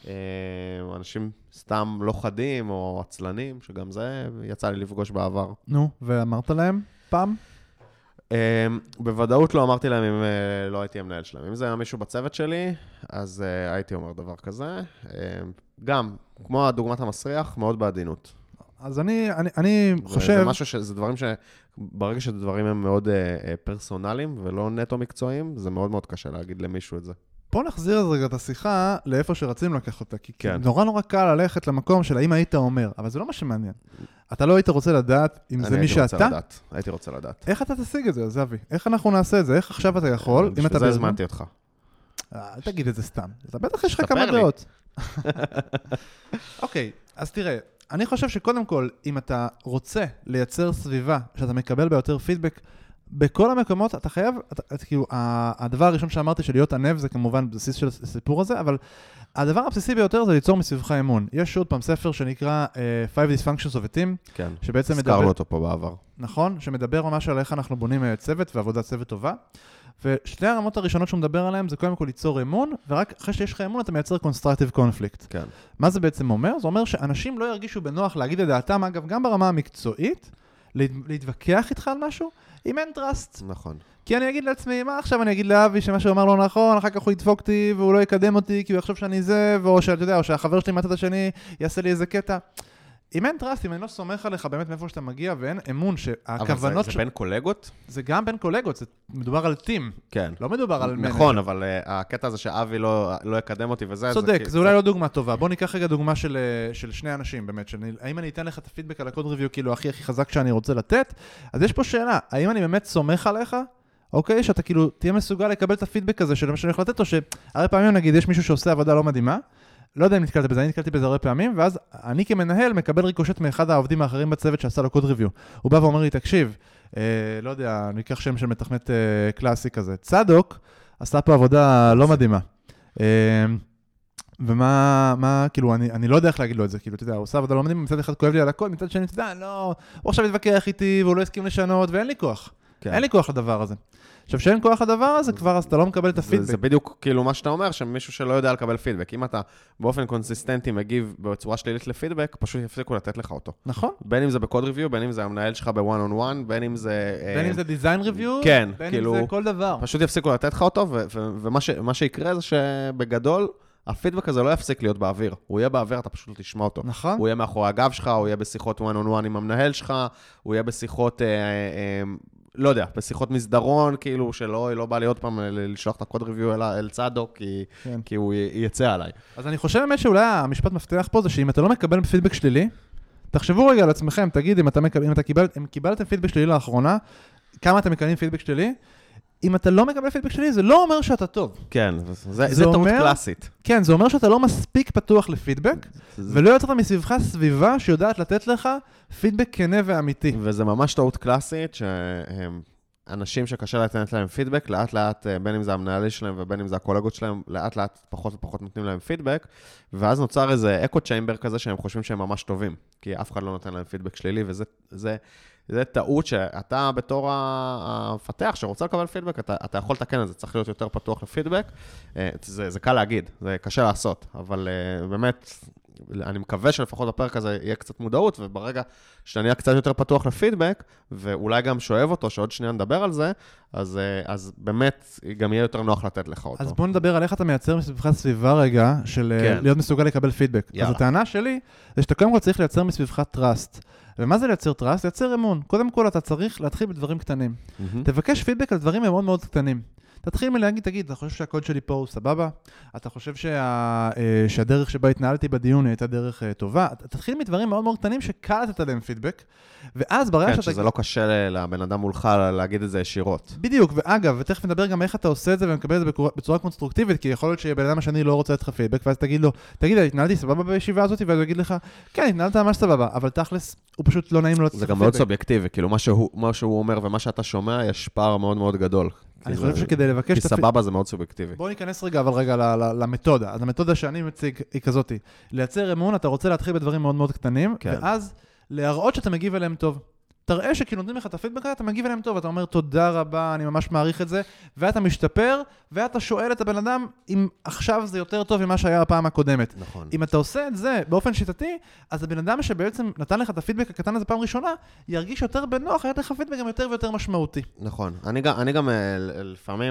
אנשים סתם לא חדים או עצלנים, שגם זה יצא לי לפגוש בעבר. נו, ואמרת להם פעם? בוודאות לא אמרתי להם אם לא הייתי המנהל שלהם. אם זה היה מישהו בצוות שלי, אז הייתי אומר דבר כזה. גם, כמו הדוגמת המסריח, מאוד בעדינות. אז אני, אני, אני חושב... זה משהו ש... זה דברים ש... ברגע שדברים הם מאוד אה, פרסונליים ולא נטו מקצועיים, זה מאוד מאוד קשה להגיד למישהו את זה. בוא נחזיר אז רגע את השיחה לאיפה שרצינו לקח אותה, כי כן. נורא נורא קל ללכת למקום של האם היית אומר, אבל זה לא מה שמעניין. אתה לא היית רוצה לדעת אם זה מי שאתה? אני הייתי רוצה לדעת, הייתי רוצה לדעת. איך אתה תשיג את זה, זאבי? איך אנחנו נעשה את זה? איך עכשיו אתה יכול, אם אתה... בשביל זה הזמנתי אותך. אל תגיד את זה סתם. אתה בטח יש לך כמה דעות. אוקיי, אז תראה, אני חושב שקודם כל, אם אתה רוצה לייצר סביבה שאתה מקבל ביותר פידבק, בכל המקומות אתה חייב, אתה, כאילו, הדבר הראשון שאמרתי של להיות ענב זה כמובן בסיס של הסיפור הזה, אבל הדבר הבסיסי ביותר זה ליצור מסביבך אמון. יש עוד פעם ספר שנקרא uh, Five Dysfunctions of a Team, כן, שבעצם מדבר... הזכרנו אותו פה בעבר. נכון, שמדבר ממש על איך אנחנו בונים צוות ועבודת צוות טובה, ושתי הרמות הראשונות שהוא מדבר עליהן זה קודם כל ליצור אמון, ורק אחרי שיש לך אמון אתה מייצר constructive conflict. כן. מה זה בעצם אומר? זה אומר שאנשים לא ירגישו בנוח להגיד את דעתם, אגב, גם ברמה המקצועית, להתווכח איתך על משהו, אם אין טראסט. נכון. כי אני אגיד לעצמי, מה עכשיו אני אגיד לאבי שמה שהוא אמר לא נכון, אחר כך הוא ידפוק אותי והוא לא יקדם אותי כי הוא יחשוב שאני זה, או שאתה יודע, או שהחבר שלי מהצד השני יעשה לי איזה קטע. אם אין טראסט, אם אני לא סומך עליך באמת מאיפה שאתה מגיע, ואין אמון שהכוונות... אבל זה, זה בין קולגות? זה גם בין קולגות, זה מדובר על טים. כן. לא מדובר על מנג'ר. נכון, אבל uh, הקטע הזה שאבי לא, לא יקדם אותי וזה... צודק, זה, זה אולי לא דוגמה טובה. בוא ניקח רגע דוגמה של, של שני אנשים, באמת. שאני, האם אני אתן לך את הפידבק על הקוד ריוויו כאילו הכי הכי חזק שאני רוצה לתת? אז יש פה שאלה, האם אני באמת סומך עליך? אוקיי, שאתה כאילו תהיה מסוגל לקבל את הפידבק הזה של מה שאני הולך לתת, או שהרבה פעמים נגיד יש מישהו שעושה עבודה לא מדהימה, לא יודע אם נתקלת בזה, אני נתקלתי בזה הרבה פעמים, ואז אני כמנהל מקבל ריקושט מאחד העובדים האחרים בצוות שעשה לו קוד ריוויו. הוא בא ואומר לי, תקשיב, אה, לא יודע, ניקח שם של מתכנת אה, קלאסי כזה. צדוק עשה פה עבודה לא מדהימה. אה, ומה, מה, כאילו, אני, אני לא יודע איך להגיד לו את זה, כאילו, אתה יודע, הוא עושה עבודה לא מדהימה, מצד אחד כואב לי על הכל, מצד שני, אתה יודע, לא, הוא עכשיו יתווכח איתי, והוא לא הסכים לשנות, ואין לי כוח. כן. אין לי כוח לדבר הזה. עכשיו, שאין כוח לדבר הזה, כבר אז אתה לא מקבל את הפידבק. זה, זה בדיוק כאילו מה שאתה אומר, שמישהו שלא יודע לקבל פידבק. אם אתה באופן קונסיסטנטי מגיב בצורה שלילית לפידבק, פשוט יפסיקו לתת לך אותו. נכון. בין אם זה בקוד ריוויו, בין אם זה המנהל שלך בוואן און וואן, בין אם זה... בין אם זה דיזיין ריוויו, כן, בין כאילו, אם זה כל דבר. פשוט יפסיקו לתת לך אותו, ו- ו- ומה ש- מה שיקרה זה שבגדול, הפידבק הזה לא יפסיק להיות באוויר. הוא יהיה באוויר, אתה פשוט תשמע אותו. נכון. הוא יהיה מאחורי הגב שלך, הוא יהיה בשיחות וואן און וואן עם המנהל שלך, הוא יהיה בשיחות... אה, אה, לא יודע, בשיחות מסדרון, כאילו, שלא לא בא לי עוד פעם לשלוח את הקוד ריוויו אל, אל צדו, כי, כן. כי הוא י, יצא עליי. אז אני חושב באמת שאולי המשפט מפתח פה זה שאם אתה לא מקבל פידבק שלילי, תחשבו רגע על עצמכם, תגיד, אם, אתה מקבל, אם, אתה קיבל, אם קיבלתם פידבק שלילי לאחרונה, כמה אתם מקבלים פידבק שלילי? אם אתה לא מקבל פידבק שלילי, זה לא אומר שאתה טוב. כן, זה, זה, זה טעות קלאסית. כן, זה אומר שאתה לא מספיק פתוח לפידבק, זה... ולא יוצאת מסביבך סביבה שיודעת לתת לך פידבק כנה ואמיתי. וזה ממש טעות קלאסית, שהם... אנשים שקשה לתת להם פידבק, לאט לאט, בין אם זה המנהלי שלהם ובין אם זה הקולגות שלהם, לאט לאט פחות ופחות נותנים להם פידבק, ואז נוצר איזה אקו צ'יימבר כזה שהם חושבים שהם ממש טובים, כי אף אחד לא נותן להם פידבק שלילי, וזה זה, זה טעות שאתה בתור המפתח שרוצה לקבל פידבק, אתה, אתה יכול לתקן את זה, צריך להיות יותר פתוח לפידבק, זה, זה קל להגיד, זה קשה לעשות, אבל באמת... אני מקווה שלפחות בפרק הזה יהיה קצת מודעות, וברגע שאני אהיה קצת יותר פתוח לפידבק, ואולי גם שואב אותו, שעוד שנייה נדבר על זה, אז, אז באמת גם יהיה יותר נוח לתת לך אותו. אז בוא נדבר על איך אתה מייצר מסביבך סביבה רגע, של כן. להיות מסוגל לקבל פידבק. יאללה. אז הטענה שלי, זה שאתה קודם כל צריך לייצר מסביבך טראסט. ומה זה לייצר טראסט? לייצר אמון. קודם כל אתה צריך להתחיל בדברים קטנים. Mm-hmm. תבקש פידבק על דברים מאוד מאוד קטנים. תתחיל מלהגיד, תגיד, אתה חושב שהקוד שלי פה הוא סבבה? אתה חושב שה... שהדרך שבה התנהלתי בדיון הייתה דרך טובה? תתחיל מדברים מאוד מאוד קטנים שקל לתת עליהם פידבק, ואז ברגע כן, שאתה... שזה לא קשה לבן אדם מולך להגיד את זה ישירות. בדיוק, ואגב, ותכף נדבר גם איך אתה עושה את זה ומקבל את זה בצורה קונסטרוקטיבית, כי יכול להיות שבן אדם השני לא רוצה לתת לך פידבק, ואז תגיד לו, תגיד, התנהלתי סבבה בישיבה הזאת, ואז הוא יגיד לך, כן, התנהלת ממש סבבה, אבל תכלס, הוא פשוט לא נעים לו לתת זה גם מאוד סובייקטיבי, כאילו מה שהוא, מה שהוא אומר ומה שאתה שומע, יש פער מאוד מאוד גדול. אני חושב שכדי לבקש... כי סבבה זה מאוד סובייקטיבי. בואו ניכנס רגע, אבל רגע למתודה. אז המתודה שאני מציג היא כזאת. לייצר אמון, אתה רוצה להתחיל בדברים מאוד מאוד קטנים, ואז להראות שאתה מגיב אליהם טוב. תראה שכאילו נותנים לך את הפידבק, אתה מגיב אליהם טוב, אתה אומר תודה רבה, אני ממש מעריך את זה, ואתה משתפר, ואתה שואל את הבן אדם אם עכשיו זה יותר טוב ממה שהיה הפעם הקודמת. נכון. אם אתה עושה את זה באופן שיטתי, אז הבן אדם שבעצם נתן לך את הפידבק הקטן הזה פעם ראשונה, ירגיש יותר בנוח, היה לך פידבק גם יותר ויותר משמעותי. נכון. אני גם, אני גם לפעמים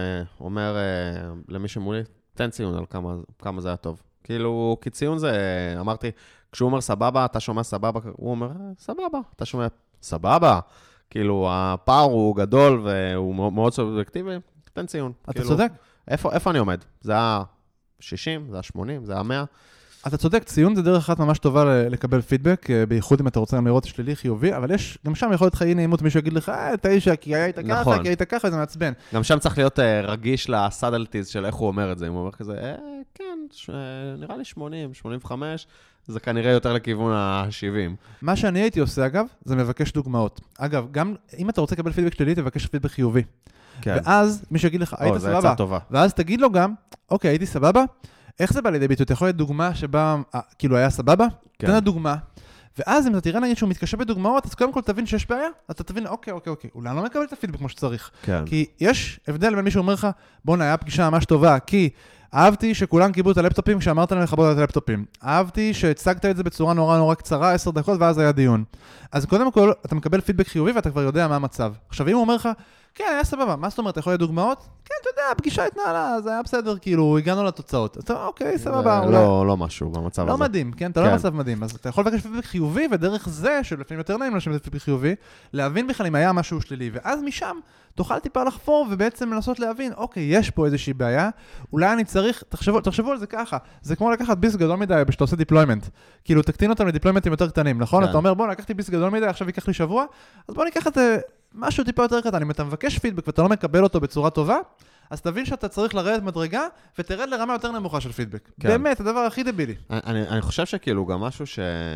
אומר למי שמולי, תן ציון על כמה, כמה זה היה טוב. כאילו, כי ציון זה, אמרתי, כשהוא אומר סבבה, אתה שומע סבבה, הוא אומר, סבבה, אתה שומע סבבה. כאילו, הפער הוא גדול והוא מאוד סובייקטיבי, תן ציון. אתה כאילו, צודק. איפה, איפה אני עומד? זה ה-שישים, זה ה-שמונים, זה ה-מאה? אתה צודק, ציון זה דרך אחת ממש טובה לקבל פידבק, בייחוד אם אתה רוצה לראות שלילי חיובי, אבל יש, גם שם יכול להיות לך אי נעימות, מישהו יגיד לך, אה, תשע, כי היית ככה, נכון. כי היית ככה, זה מעצבן. גם שם צריך להיות uh, רגיש לסאדלטיז של איך הוא אומר את זה, אם הוא אומר כזה, אה, כן, ש... נראה לי שמונים, שמונים וחמש, זה כנראה יותר לכיוון ה-שבעים. מה שאני הייתי עושה, אגב, זה מבקש דוגמאות. אגב, גם אם אתה רוצה לקבל פידבק שלילי, תבקש פידבק חיובי. כן. ואז מישהו יגיד לך, היית או, סבבה. ואז תגיד לו גם, אוקיי, הייתי סבבה, איך זה בא לידי ביטוי? אתה יכול להיות דוגמה שבה, כאילו היה סבבה? כן. תן לה דוגמה. ואז אם אתה תראה נגיד שהוא מתקשה בדוגמאות, אז קודם כל תבין שיש בעיה, אתה תבין, אוקיי, אוקיי, אוקיי, אולי אני לא מקבל את הפידבק כמו שצריך. כן. כי יש הבדל בין מישהו אומר לך, בוא נהיה פגישה ממש טובה, כי אהבתי שכולם קיבלו את הלפטופים כשאמרת להם לכבות את הלפטופים. אהבתי שהצגת את זה בצורה נורא נורא קצרה, עשר דקות, ואז היה דיון. אז קודם כל, אתה מקבל פידבק חיובי ואתה כבר יודע מה המצב. עכשיו, אם הוא אומר לך, כן, היה סבבה, מה זאת אומרת, אתה יכול להיות דוגמאות? כן, אתה יודע, הפגישה התנהלה, זה היה בסדר, כאילו, הגענו לתוצאות. אתה, אוקיי, סבבה, אולי. לא, לא משהו במצב הזה. לא מדהים, כן? אתה לא במצב מדהים. אז אתה יכול לבקש פידבק חיובי, ודרך זה, שלפעמים יותר נעים לשבת פידבק חיובי, להבין בכלל אם היה משהו שלילי. ואז משם תוכל טיפה לחפור, ובעצם לנסות להבין, אוקיי, יש פה איזושהי בעיה, אולי אני צריך, תחשבו, תחשבו על זה ככה. זה כמו לקחת ביס גדול מדי כשאתה עושה דיפלוימנט. כאילו, תקטין אותם לדיפלוימנטים יותר קטנים, נכון? אתה אומר, בוא, לקחתי ביס גדול מדי, עכשיו ייקח לי שבוע, אז בוא ניקח את משהו טיפה יותר קטן. אם אתה מבקש פידבק ואתה לא מקבל אותו בצורה טובה, אז תבין שאתה צריך לרדת מדרגה ותרד לרמה יותר נמוכה של פידבק. כן. באמת, הדבר הכי דבילי. אני, אני חושב שכאילו גם משהו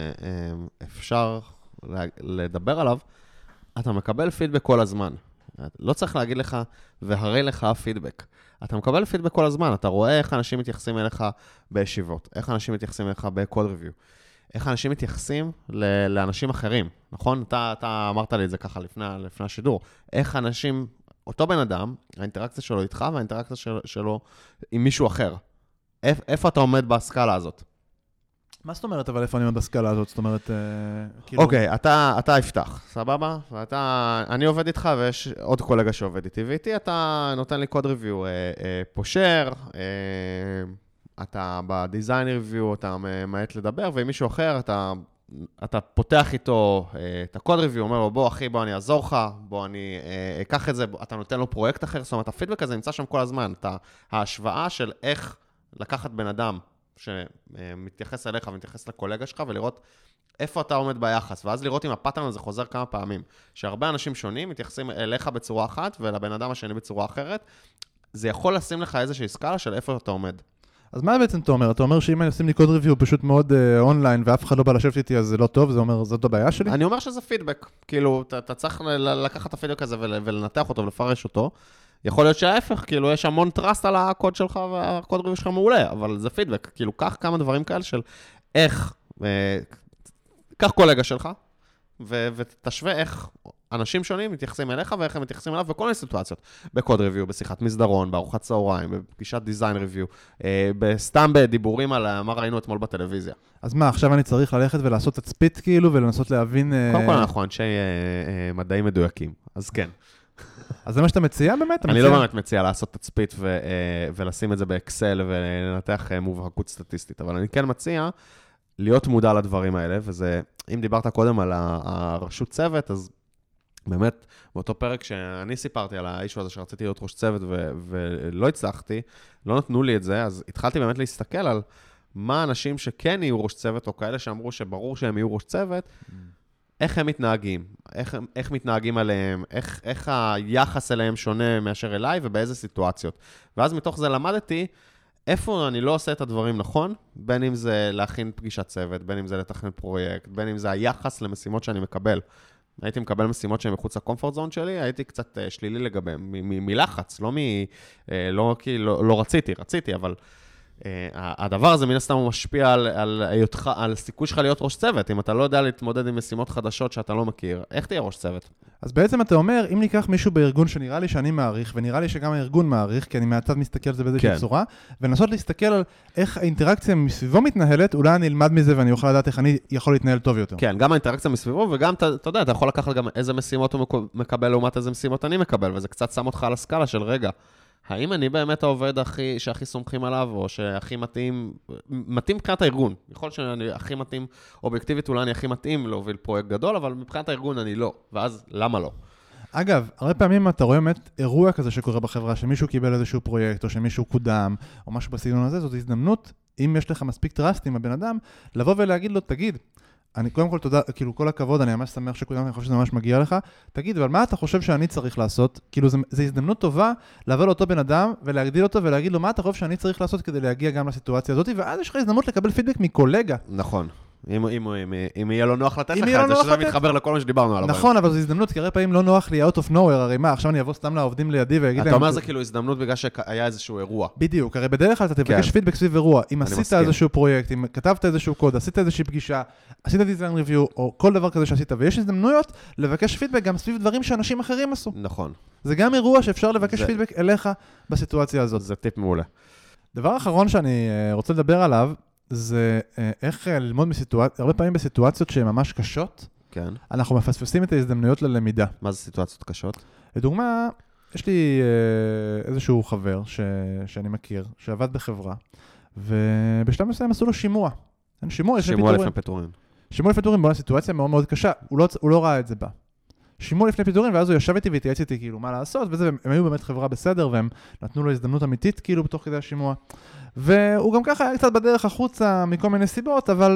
שאפשר לדבר עליו, אתה מקבל פידבק כל הזמן. לא צריך להגיד לך, והרי לך פידבק. אתה מקבל פידבק כל הזמן, אתה רואה איך אנשים מתייחסים אליך בישיבות, איך אנשים מתייחסים אליך בקוד ריוויו, איך אנשים מתייחסים לאנשים אחרים, נכון? אתה, אתה אמרת לי את זה ככה לפני, לפני השידור. איך אנשים, אותו בן אדם, האינטראקציה שלו איתך והאינטראקציה של, שלו עם מישהו אחר. איפ, איפה אתה עומד בסקאלה הזאת? מה זאת אומרת, אבל איפה אני עומד בסקאלה הזאת? זאת אומרת, אה, כאילו... אוקיי, אתה, אתה יפתח, סבבה? ואתה, אני עובד איתך ויש עוד קולגה שעובד איתי, ואיתי אתה נותן לי קוד ריוויו, אה, אה, פושר, אה, אתה בדיזיין ריוויו, אתה מעט לדבר, ועם מישהו אחר, אתה, אתה פותח איתו את הקוד ריוויו, אומר לו, בוא אחי, בוא אני אעזור לך, בוא אני אקח את זה, אתה נותן לו פרויקט אחר, זאת אומרת, הפידבק הזה נמצא שם כל הזמן, אתה, ההשוואה של איך לקחת בן אדם שמתייחס אליך ומתייחס לקולגה שלך, ולראות איפה אתה עומד ביחס, ואז לראות אם הפאטרן הזה חוזר כמה פעמים, שהרבה אנשים שונים מתייחסים אליך בצורה אחת, ולבן אדם השני בצורה אחרת, זה יכול לשים לך איזושהי סקאלה של איפה אתה עומד. אז מה בעצם אתה אומר? אתה אומר שאם אני עושים לי קוד ריוויו פשוט מאוד אונליין, ואף אחד לא בא לשבת איתי, אז זה לא טוב? זה אומר, זאת הבעיה שלי? אני אומר שזה פידבק. כאילו, אתה, אתה צריך לקחת את הפידבק הזה ולנתח אותו ולפרש אותו. יכול להיות שההפך, כאילו, יש המון טראסט על הקוד שלך, והקוד ריוויו שלך מעולה, אבל זה פידבק. כאילו, קח כמה דברים כאלה של איך, אה, קח קולגה שלך, ו- ותשווה איך אנשים שונים מתייחסים אליך ואיך הם מתייחסים אליו בכל מיני סיטואציות. בקוד ריוויו, בשיחת מסדרון, בארוחת צהריים, בפגישת דיזיין ריוויו, אה, בסתם בדיבורים על מה ראינו אתמול בטלוויזיה. אז מה, עכשיו אני צריך ללכת ולעשות תצפית כאילו, ולנסות להבין... קודם כל אנחנו אנשי אה, אה, מדעים מדויקים, אז כן. אז זה מה שאתה מציע באמת? אני לא באמת מציע לעשות תצפית ו- אה, ולשים את זה באקסל ולנתח אה, מובהקות סטטיסטית, אבל אני כן מציע להיות מודע לדברים האלה, וזה, אם דיברת קודם על הרשות צוות, אז באמת, באותו פרק שאני סיפרתי על האישו הזה שרציתי להיות ראש צוות ו- ולא הצלחתי, לא נתנו לי את זה, אז התחלתי באמת להסתכל על מה אנשים שכן יהיו ראש צוות, או כאלה שאמרו שברור שהם יהיו ראש צוות, איך הם מתנהגים, איך, איך מתנהגים עליהם, איך, איך היחס אליהם שונה מאשר אליי, ובאיזה סיטואציות. ואז מתוך זה למדתי, איפה אני לא עושה את הדברים נכון, בין אם זה להכין פגישת צוות, בין אם זה לתכנן פרויקט, בין אם זה היחס למשימות שאני מקבל. הייתי מקבל משימות שהן מחוץ לקומפורט זון שלי, הייתי קצת שלילי לגביהם, מלחץ, לא, מ, לא כי לא, לא רציתי, רציתי, אבל uh, הדבר הזה מן הסתם הוא משפיע על, על, על, על סיכוי שלך להיות ראש צוות. אם אתה לא יודע להתמודד עם משימות חדשות שאתה לא מכיר, איך תהיה ראש צוות? אז בעצם אתה אומר, אם ניקח מישהו בארגון שנראה לי שאני מעריך, ונראה לי שגם הארגון מעריך, כי אני מהצד מסתכל על זה באיזושהי צורה, ולנסות להסתכל על איך האינטראקציה מסביבו מתנהלת, אולי אני אלמד מזה ואני אוכל לדעת איך אני יכול להתנהל טוב יותר. כן, גם האינטראקציה מסביבו, וגם, אתה, אתה יודע, אתה יכול לקחת גם איזה משימות הוא מקבל לעומת איזה משימות אני מקבל, וזה קצת שם אותך על הסקאלה של רגע, האם אני באמת העובד הכי, שהכי סומכים עליו, או שהכי מתאים, מתאים מבחינת הארגון. יכול להיות שאני הכי מתאים, אובייקטיבית אולי אני הכי מתאים להוביל פרויקט גדול, אבל מבחינת הארגון אני לא. ואז למה לא? אגב, הרבה פעמים אתה רואה באמת אירוע כזה שקורה בחברה, שמישהו קיבל איזשהו פרויקט, או שמישהו קודם, או משהו בסגנון הזה, זאת הזדמנות, אם יש לך מספיק טראסט עם הבן אדם, לבוא ולהגיד לו, תגיד, אני קודם כל תודה, כאילו כל הכבוד, אני ממש שמח שקודם, אני חושב שזה ממש מגיע לך, תגיד, אבל מה אתה חושב שאני צריך לעשות? כאילו, זו הזדמנות טובה לבוא לאותו בן אדם, ולהגדיל אותו, ולהגיד לו, מה אתה חושב שאני צריך לעשות כדי להגיע גם לסיטואציה הזאת, ואז יש לך הזדמנות לקבל פידבק מקולגה. נכון. אם, אם, אם, אם יהיה לו נוח לתת לך את זה, שזה מתחבר לכל מה שדיברנו עליו. נכון, אבל זו הזדמנות, כי הרבה פעמים לא נוח לי out of nowhere, הרי מה, עכשיו אני אבוא סתם לעובדים לידי ויגיד להם... אתה אומר זה כאילו הזדמנות בגלל שהיה איזשהו אירוע. בדיוק, הרי בדרך כלל אתה תבקש פידבק סביב אירוע. אם עשית איזשהו פרויקט, אם כתבת איזשהו קוד, עשית איזושהי פגישה, עשית דיזיין ריוויו, או כל דבר כזה שעשית, ויש הזדמנויות לבקש פידבק גם סביב דברים שאנשים אחרים עשו. נכון. זה גם אירוע שאפשר לבקש פידבק אליך בסיטואציה הזאת. זה טיפ מעולה. דבר אחרון שאני רוצה לדבר עליו, זה איך ללמוד מסיטואציות, הרבה פעמים בסיטואציות שהן ממש קשות, כן. אנחנו מפספסים את ההזדמנויות ללמידה. מה זה סיטואציות קשות? לדוגמה, יש לי איזשהו חבר ש... שאני מכיר, שעבד בחברה, ובשלב מסוים עשו לו שימוע. שימוע, שימוע לפני פיטורין. שימוע לפני פיטורין, בוא סיטואציה מאוד מאוד קשה, הוא לא, הוא לא ראה את זה בה. שימוע לפני פיטורין, ואז הוא ישב איתי והתייעץ איתי כאילו מה לעשות, וזה, הם היו באמת חברה בסדר, והם נתנו לו הזדמנות אמיתית כאילו בתוך כדי השימוע. והוא גם ככה היה קצת בדרך החוצה מכל מיני סיבות, אבל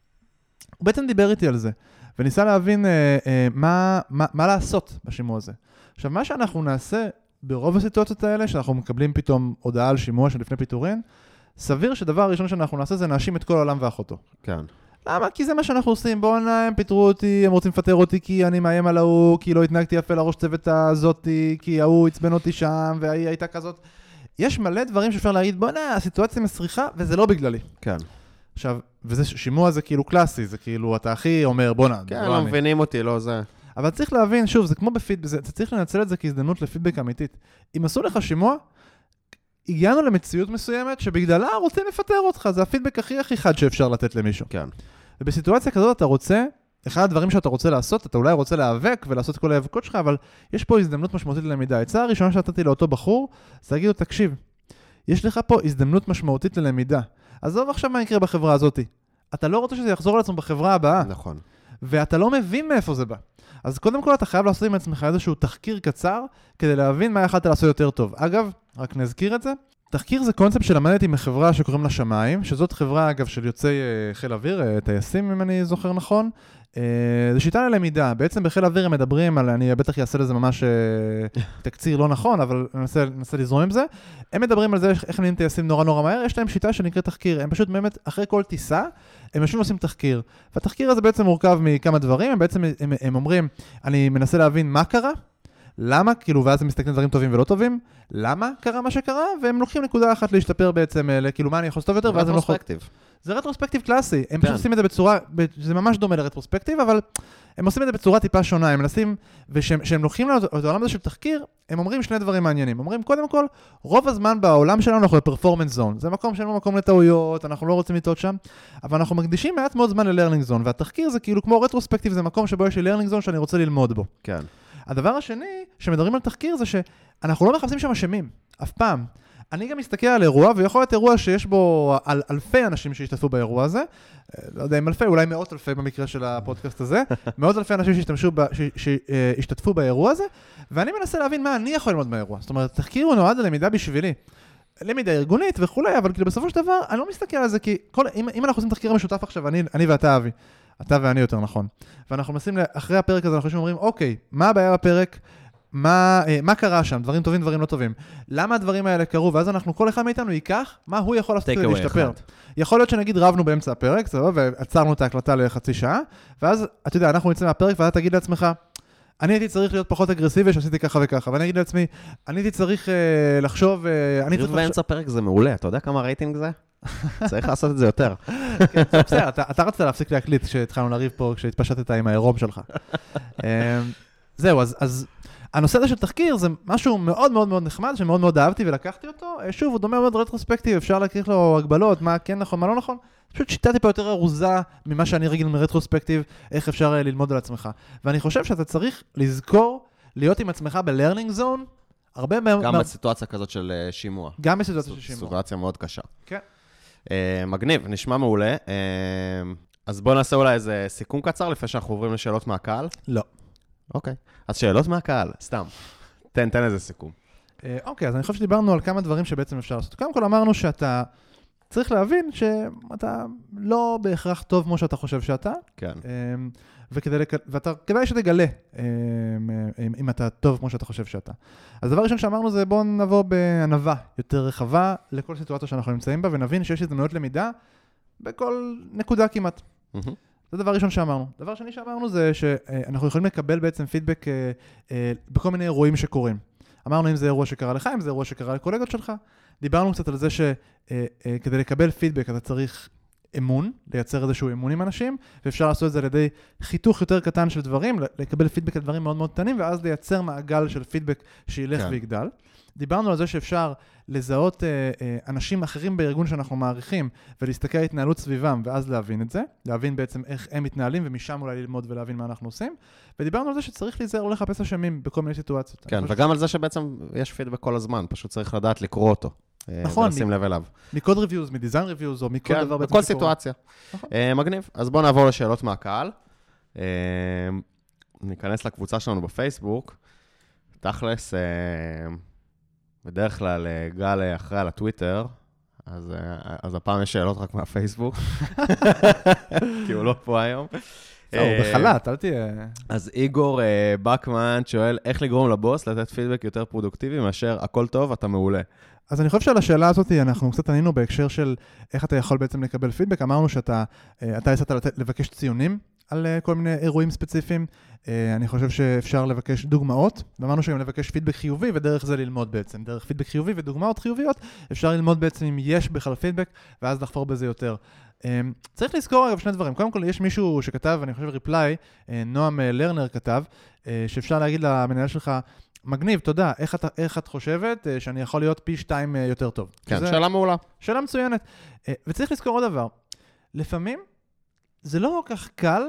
הוא בעצם דיבר איתי על זה, וניסה להבין אה, אה, מה, מה, מה לעשות בשימוע הזה. עכשיו, מה שאנחנו נעשה ברוב הסיטואציות האלה, שאנחנו מקבלים פתאום הודעה על שימוע של לפני פיטורין, סביר שדבר הראשון שאנחנו נעשה זה נאשים את כל העולם ואחותו. כן. למה? כי זה מה שאנחנו עושים. בואו נע, הם פיטרו אותי, הם רוצים לפטר אותי כי אני מאיים על ההוא, כי לא התנהגתי יפה לראש צוות הזאתי, כי ההוא הצבן אותי שם, והיא הייתה כזאת. יש מלא דברים שאפשר להגיד, בוא נע, הסיטואציה מסריחה, וזה לא בגללי. כן. עכשיו, וזה שימוע זה כאילו קלאסי, זה כאילו, אתה הכי אומר, בוא נע. כן, לא מבינים אותי, לא זה. אבל צריך להבין, שוב, זה כמו בפידבק, אתה צריך לנצל את זה כהזדמנות לפידבק אמיתית. אם עשו לך שימוע, הגענו למציאות מסוימת שבגללה רוצים לפטר אותך, זה הפידבק הכי הכי חד שאפשר לתת למישהו. כן. ובסיטואציה כזאת אתה רוצה, אחד הדברים שאתה רוצה לעשות, אתה אולי רוצה להיאבק ולעשות כל ההיאבקות שלך, אבל יש פה הזדמנות משמעותית ללמידה. העצה הראשונה שנתתי לאותו בחור, זה להגיד לו, תקשיב, יש לך פה הזדמנות משמעותית ללמידה. עזוב עכשיו מה יקרה בחברה הזאת. אתה לא רוצה שזה יחזור על עצמו בחברה הבאה. נכון. ואתה לא מבין מאיפה זה בא. אז קודם כל אתה חייב לעשות עם עצמך איזשהו תחקיר קצר, כדי להבין מה יכולת לעשות יותר טוב. אגב, רק נזכיר את זה. תחקיר זה קונספט שלמדתי מחברה שקוראים לה שמיים, שזאת חברה אגב של יוצאי חיל אוויר, טייסים אם אני זוכר נכון. זו שיטה ללמידה, בעצם בחיל אוויר הם מדברים על, אני בטח אעשה לזה ממש תקציר לא נכון, אבל ננסה, ננסה לזרום עם זה. הם מדברים על זה איך נהיים טייסים נורא נורא מהר, יש להם שיטה שנקראת תחקיר, הם פשוט באמת אחרי כל טיסה, הם יושבים עושים תחקיר. והתחקיר הזה בעצם מורכב מכמה דברים, הם בעצם הם, הם אומרים, אני מנסה להבין מה קרה, למה, כאילו, ואז הם מסתכלים דברים טובים ולא טובים, למה קרה מה שקרה, והם לוקחים נקודה אחת להשתפר בעצם, כאילו, מה אני יכול לעשות יותר, ואז הם לא יכול... זה רטרוספקטיב קלאסי, הם פשוט עושים את זה בצורה, זה ממש דומה לרטרוספקטיב, אבל הם עושים את זה בצורה טיפה שונה, הם מנסים, וכשהם לוקחים את העולם הזה של תחקיר, הם אומרים שני דברים מעניינים, אומרים, קודם כל, רוב הזמן בעולם שלנו אנחנו בפרפורמנס זון, זה מקום שאין מקום לטעויות, אנחנו לא רוצים לטעות שם, אבל אנחנו מקדישים מעט מאוד זמן ללרנינג זון, והתחקיר זה כאילו כמו רטרוספקטיב, זה מקום שבו יש לי לרנינג זון שאני רוצה ללמוד בו. כן. הדבר השני שמדברים על תחקיר זה שאנחנו לא מחפשים שם אשמים, אף פעם. אני גם מסתכל על אירוע, ויכול להיות אירוע שיש בו אל, אלפי אנשים שהשתתפו באירוע הזה, לא יודע אם אלפי, אולי מאות אלפי במקרה של הפודקאסט הזה, מאות אלפי אנשים שהשתמשו ב, ש, שהשתתפו באירוע הזה, ואני מנסה להבין מה אני יכול ללמוד מהאירוע. זאת אומרת, תחקיר הוא נועד ללמידה בשבילי. למידה ארגונית וכולי, אבל כאילו בסופו של דבר, אני לא מסתכל על זה, כי כל, אם, אם אנחנו עושים תחקיר משותף עכשיו, אני, אני ואתה אבי, אתה ואני יותר נכון. ואנחנו מנסים, אחרי הפרק הזה, אנחנו אומרים, אוקיי, מה הבעיה בפרק? מה, מה קרה שם? דברים טובים, דברים לא טובים. למה הדברים האלה קרו? ואז אנחנו, כל אחד מאיתנו ייקח מה הוא יכול לעשות כדי להשתפר. יכול להיות שנגיד רבנו באמצע הפרק, ועצרנו את ההקלטה לחצי שעה, ואז, אתה יודע, אנחנו נצא מהפרק, ואתה תגיד לעצמך, אני הייתי צריך להיות פחות אגרסיבי, שעשיתי ככה וככה, ואני אגיד לעצמי, אני הייתי צריך לחשוב, אני צריך באמצע הפרק זה מעולה, אתה יודע כמה רייטינג זה? צריך לעשות את זה יותר. כן, בסדר, אתה רצת להפסיק להקליט כשהתחלנו לריב פה, כשהתפשטת עם העירום שלך. זהו, אז הנושא הזה של תחקיר זה משהו מאוד מאוד מאוד נחמד, שמאוד מאוד אהבתי ולקחתי אותו. שוב, הוא דומה מאוד רטרוספקטיב, אפשר להקריך לו הגבלות, מה כן נכון, מה לא נכון. פשוט שיטה טיפה יותר ארוזה ממה שאני רגיל מרטרוספקטיב, איך אפשר ללמוד על עצמך. ואני חושב שאתה צריך לזכור להיות עם עצמך ב-learning zone הרבה... גם בסיטואציה כזאת של שימוע. גם בסיטואציה של שימוע. סיטואציה מאוד קשה. כן. מגניב, נשמע מעולה. אז בואו נעשה אולי איזה סיכום קצר, לפני שאנחנו עוברים לשאלות מהקהל. לא. אוקיי. אז שאלות מהקהל, סתם. תן, תן איזה סיכום. אוקיי, אז אני חושב שדיברנו על כמה דברים שבעצם אפשר לעשות. קודם כל אמרנו שאתה צריך להבין שאתה לא בהכרח טוב כמו שאתה חושב שאתה. כן. וכדי, ואתה, כדאי שתגלה אם אתה טוב כמו שאתה חושב שאתה. אז דבר ראשון שאמרנו זה בואו נבוא בענווה יותר רחבה לכל סיטואציה שאנחנו נמצאים בה, ונבין שיש הזדמנויות למידה בכל נקודה כמעט. זה דבר ראשון שאמרנו. דבר שני שאמרנו זה שאנחנו יכולים לקבל בעצם פידבק בכל מיני אירועים שקורים. אמרנו אם זה אירוע שקרה לך, אם זה אירוע שקרה לקולגות שלך. דיברנו קצת על זה שכדי לקבל פידבק אתה צריך אמון, לייצר איזשהו אמון עם אנשים, ואפשר לעשות את זה על ידי חיתוך יותר קטן של דברים, לקבל פידבק על דברים מאוד מאוד קטנים, ואז לייצר מעגל של פידבק שילך כן. ויגדל. דיברנו על זה שאפשר לזהות אה, אה, אנשים אחרים בארגון שאנחנו מעריכים, ולהסתכל על התנהלות סביבם, ואז להבין את זה, להבין בעצם איך הם מתנהלים, ומשם אולי ללמוד ולהבין מה אנחנו עושים. ודיברנו על זה שצריך להיזהר לא לחפש אשמים בכל מיני סיטואציות. כן, וגם ש... על זה שבעצם יש פידבק כל הזמן, פשוט צריך לדעת לקרוא אותו. נכון, ולשים לב אליו. מקוד ריוויוז, מדיזיין ריוויוז, או מכל כן, דבר בעצם בכל סיטואציה. נכון. מגניב. אז בואו נעבור לשאלות מהקהל. ניכנס לקבוצה שלנו בפייסבוק. תכלס, בדרך כלל גל אחרי על הטוויטר, אז, אז הפעם יש שאלות רק מהפייסבוק. כי הוא לא פה היום. הוא בחלט, אל תהיה... אז איגור בקמן שואל, איך לגרום לבוס לתת פידבק יותר פרודוקטיבי מאשר הכל טוב, אתה מעולה. אז אני חושב שעל השאלה הזאת אנחנו קצת ענינו בהקשר של איך אתה יכול בעצם לקבל פידבק. אמרנו שאתה אתה יצאת לבקש ציונים על כל מיני אירועים ספציפיים. אני חושב שאפשר לבקש דוגמאות, ואמרנו שגם לבקש פידבק חיובי, ודרך זה ללמוד בעצם. דרך פידבק חיובי ודוגמאות חיוביות, אפשר ללמוד בעצם אם יש בכלל פידבק, ואז לחפור בזה יותר. צריך לזכור אגב שני דברים. קודם כל, יש מישהו שכתב, אני חושב ריפליי, נועם לרנר כתב, שאפשר להגיד למנהל שלך, מגניב, תודה, איך את, איך את חושבת שאני יכול להיות פי שתיים יותר טוב? כן, שזה... שאלה מעולה. שאלה מצוינת. וצריך לזכור עוד דבר. לפעמים, זה לא כל כך קל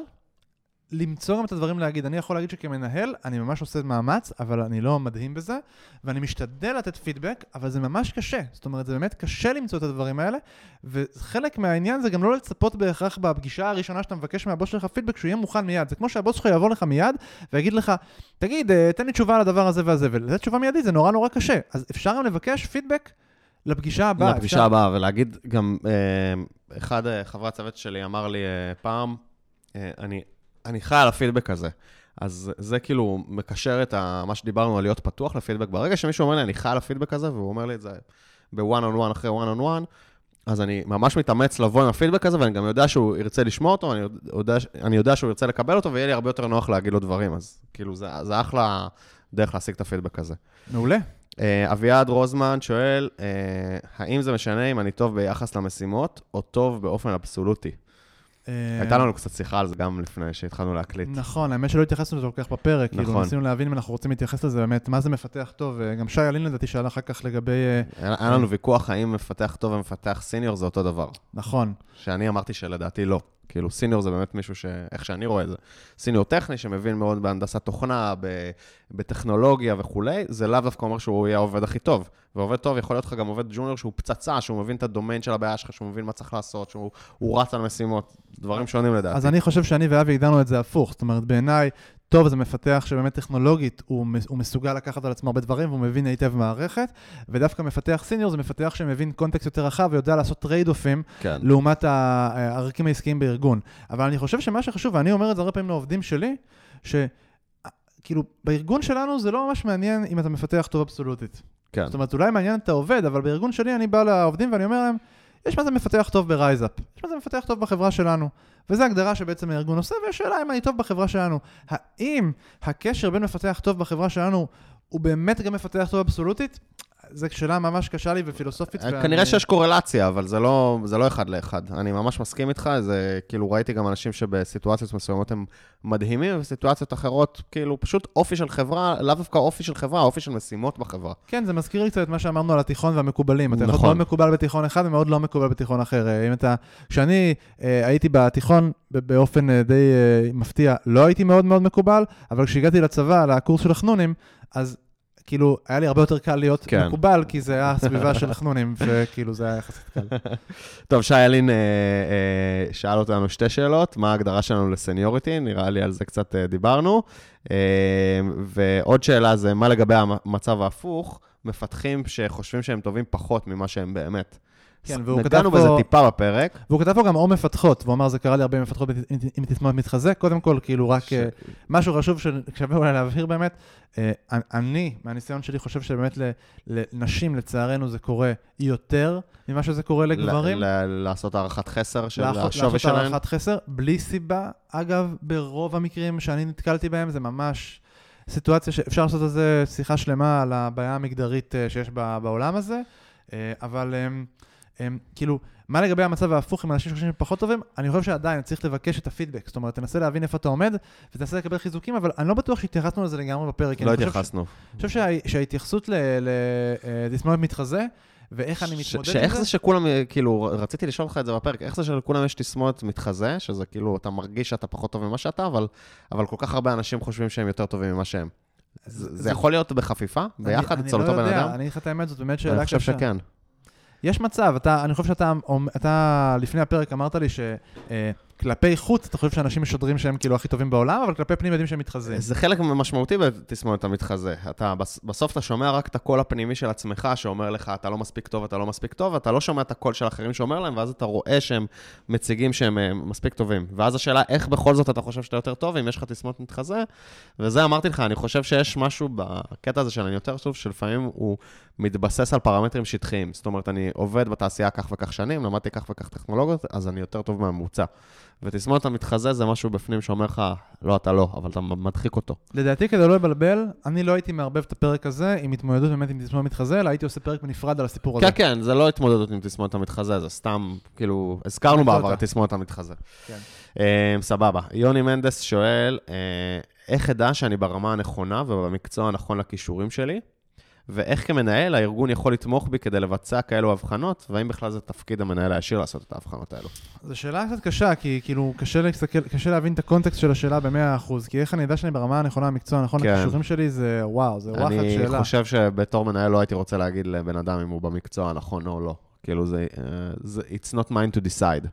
למצוא גם את הדברים להגיד. אני יכול להגיד שכמנהל, אני ממש עושה מאמץ, אבל אני לא מדהים בזה, ואני משתדל לתת פידבק, אבל זה ממש קשה. זאת אומרת, זה באמת קשה למצוא את הדברים האלה, וחלק מהעניין זה גם לא לצפות בהכרח בפגישה הראשונה שאתה מבקש מהבוס שלך פידבק, שהוא יהיה מוכן מיד. זה כמו שהבוס שלך יעבור לך מיד, ויגיד לך, תגיד, תן לי תשובה על הדבר הזה והזה, ולתת תשובה מיידית זה נורא נורא קשה. אז אפשר גם לבקש פידבק לפגישה הבאה. לפגישה אפשר... הבאה, ולהגיד גם, אחד חברי הצוות שלי אמר לי פעם, אני אני חי על הפידבק הזה. אז זה כאילו מקשר את מה שדיברנו על להיות פתוח לפידבק. ברגע שמישהו אומר לי, אני חי על הפידבק הזה, והוא אומר לי את זה ב-one on one אחרי one on one, אז אני ממש מתאמץ לבוא עם הפידבק הזה, ואני גם יודע שהוא ירצה לשמוע אותו, אני יודע, אני יודע שהוא ירצה לקבל אותו, ויהיה לי הרבה יותר נוח להגיד לו דברים. אז כאילו זה, זה אחלה דרך להשיג את הפידבק הזה. מעולה. אביעד רוזמן שואל, האם זה משנה אם אני טוב ביחס למשימות, או טוב באופן אבסולוטי? הייתה לנו קצת שיחה על זה גם לפני שהתחלנו להקליט. נכון, האמת שלא התייחסנו לזה כל כך בפרק, כאילו ניסינו להבין אם אנחנו רוצים להתייחס לזה באמת, מה זה מפתח טוב, גם שי אלין לדעתי שאלה אחר כך לגבי... היה לנו ויכוח האם מפתח טוב ומפתח סיניור זה אותו דבר. נכון. שאני אמרתי שלדעתי לא. כאילו סיניור זה באמת מישהו שאיך שאני רואה את זה. סיניור טכני שמבין מאוד בהנדסת תוכנה, בטכנולוגיה וכולי, זה לאו דווקא אומר שהוא יהיה העובד הכי טוב. ועובד טוב יכול להיות לך גם עובד ג'וניור שהוא פצצה, שהוא מבין את הדומיין של הבעיה שלך, שהוא מבין מה צריך לעשות, שהוא רץ על משימות, דברים שונים לדעתי. אז אני חושב שאני ואבי הגדרנו את זה הפוך. זאת אומרת, בעיניי, טוב זה מפתח שבאמת טכנולוגית הוא, הוא מסוגל לקחת על עצמו הרבה דברים, והוא מבין היטב מערכת, ודווקא מפתח סיניור זה מפתח שמבין קונטקסט יותר רחב, ויודע לעשות טרייד-אופים, כן. לעומת הערכים העסקיים בארגון. אבל אני חושב שמה שחשוב, ואני אומר את זה הרבה פעמים לעובדים שלי, שכאילו, בארגון שלנו זה לא ממש מעניין אם אתה מפתח טוב אבסולוטית. כן. זאת אומרת, אולי מעניין אתה עובד, אבל בארגון שלי אני בא לעובדים ואני אומר להם, יש מה זה מפתח טוב ברייזאפ, יש מה זה מפתח טוב בחברה שלנו. וזו הגדרה שבעצם הארגון עושה, והשאלה אם אני טוב בחברה שלנו. האם הקשר בין מפתח טוב בחברה שלנו הוא באמת גם מפתח טוב אבסולוטית? זו שאלה ממש קשה לי ופילוסופית. כנראה שיש קורלציה, אבל זה לא, זה לא אחד לאחד. אני ממש מסכים איתך, זה כאילו ראיתי גם אנשים שבסיטואציות מסוימות הם מדהימים, ובסיטואציות אחרות, כאילו פשוט אופי של חברה, לאו דווקא אופי של חברה, אופי של משימות בחברה. כן, זה מזכיר לי קצת את מה שאמרנו על התיכון והמקובלים. אתה יכול מאוד מקובל בתיכון אחד ומאוד לא מקובל בתיכון אחר. אם אתה, כשאני הייתי בתיכון באופן די מפתיע, לא הייתי מאוד מאוד מקובל, אבל כשהגעתי לצבא, לקורס של החנונים, אז כאילו, היה לי הרבה יותר קל להיות כן. מקובל, כי זה היה סביבה של חנונים, וכאילו זה היה יחסית קל. טוב, שי אלין אה, אה, שאל אותנו שתי שאלות, מה ההגדרה שלנו לסניוריטי, נראה לי על זה קצת אה, דיברנו, אה, ועוד שאלה זה, מה לגבי המצב ההפוך, מפתחים שחושבים שהם טובים פחות ממה שהם באמת. כן, והוא כתב נגענו בזה פה, טיפה בפרק. והוא כתב פה גם או מפתחות, והוא אמר, זה קרה לי הרבה מפתחות עם תסמונת מתחזה, קודם כל, כאילו רק ש... משהו חשוב ששווה אולי להבהיר באמת, אני, מהניסיון שלי, חושב שבאמת לנשים, לצערנו, זה קורה יותר ממה שזה קורה לגברים. לעשות הערכת חסר של השווי לעשות שלהם. הערכת חסר, בלי סיבה. אגב, ברוב המקרים שאני נתקלתי בהם, זה ממש סיטואציה שאפשר לעשות על זה שיחה שלמה על הבעיה המגדרית שיש בעולם הזה, אבל כאילו, מה לגבי המצב ההפוך עם אנשים שחושבים שפחות טובים? אני חושב שעדיין צריך לבקש את הפידבק, זאת אומרת, תנסה להבין איפה אתה עומד, ותנסה לקבל חיזוקים, אבל אני לא בטוח שהתייחסנו לזה לגמרי בפרק. לא התייחסנו. אני חושב שההתייחסות לתסמונת מתחזה, ואיך אני מתמודד עם זה... שאיך זה שכולם, כאילו, רציתי לשאול לך את זה בפרק, איך זה שלכולם יש תסמונת מתחזה, שזה כאילו, אתה מרגיש שאתה פחות טוב ממה שאתה, אבל, אבל כל כך הרבה אנשים חושבים שהם יותר טובים ממה שהם. זה יכול להיות בחפיפה, ביחד, אצל אותו בן אדם? אני חושב האמת, זאת באמת שאלה אני חושב שכן. יש מצב, אתה, אני חושב שאתה, אתה לפני הפרק אמרת לי שכלפי חוץ, אתה חושב שאנשים משודרים שהם כאילו הכי טובים בעולם, אבל כלפי פנים יודעים שהם מתחזה. זה חלק משמעותי בתסמונת המתחזה. אתה, בסוף אתה שומע רק את הקול הפנימי של עצמך, שאומר לך, אתה לא מספיק טוב, אתה לא מספיק טוב, אתה לא שומע את הקול של אחרים שאומר להם, ואז אתה רואה שהם מציגים שהם מספיק טובים. ואז השאלה, איך בכל זאת אתה חושב שאתה יותר טוב, אם יש לך תסמונת מתחזה? וזה אמרתי לך, אני חושב שיש משהו בקטע הזה של אני יותר טוב, שלפעמים הוא מתבסס על פרמטרים שטחיים. זאת אומרת, אני עובד בתעשייה כך וכך שנים, למדתי כך וכך טכנולוגיות, אז אני יותר טוב מהממוצע. ותסמונת המתחזה זה משהו בפנים שאומר לך, לא, אתה לא, אבל אתה מדחיק אותו. לדעתי, כדי לא לבלבל, אני לא הייתי מערבב את הפרק הזה עם התמודדות באמת עם תסמונת המתחזה, אלא הייתי עושה פרק בנפרד על הסיפור הזה. כן, כן, זה לא התמודדות עם תסמונת המתחזה, זה סתם, כאילו, הזכרנו בעבר את תסמונת המתחזה. כן. סבבה. יוני מנדס שואל, איך אדע שאני ברמה הנכונה ובמקצוע הנכון לכישורים שלי? ואיך כמנהל הארגון יכול לתמוך בי כדי לבצע כאלו הבחנות, והאם בכלל זה תפקיד המנהל הישיר לעשות את ההבחנות האלו? זו שאלה קצת קשה, כי כאילו קשה להסתכל, קשה להבין את הקונטקסט של השאלה ב-מאה אחוז, כי איך אני יודע שאני ברמה הנכונה, המקצוע הנכון, כן. הכישורים שלי זה וואו, זה וואחד שאלה. אני חושב שבתור מנהל לא הייתי רוצה להגיד לבן אדם אם הוא במקצוע הנכון או לא. כאילו זה, זה it's not mine to decide.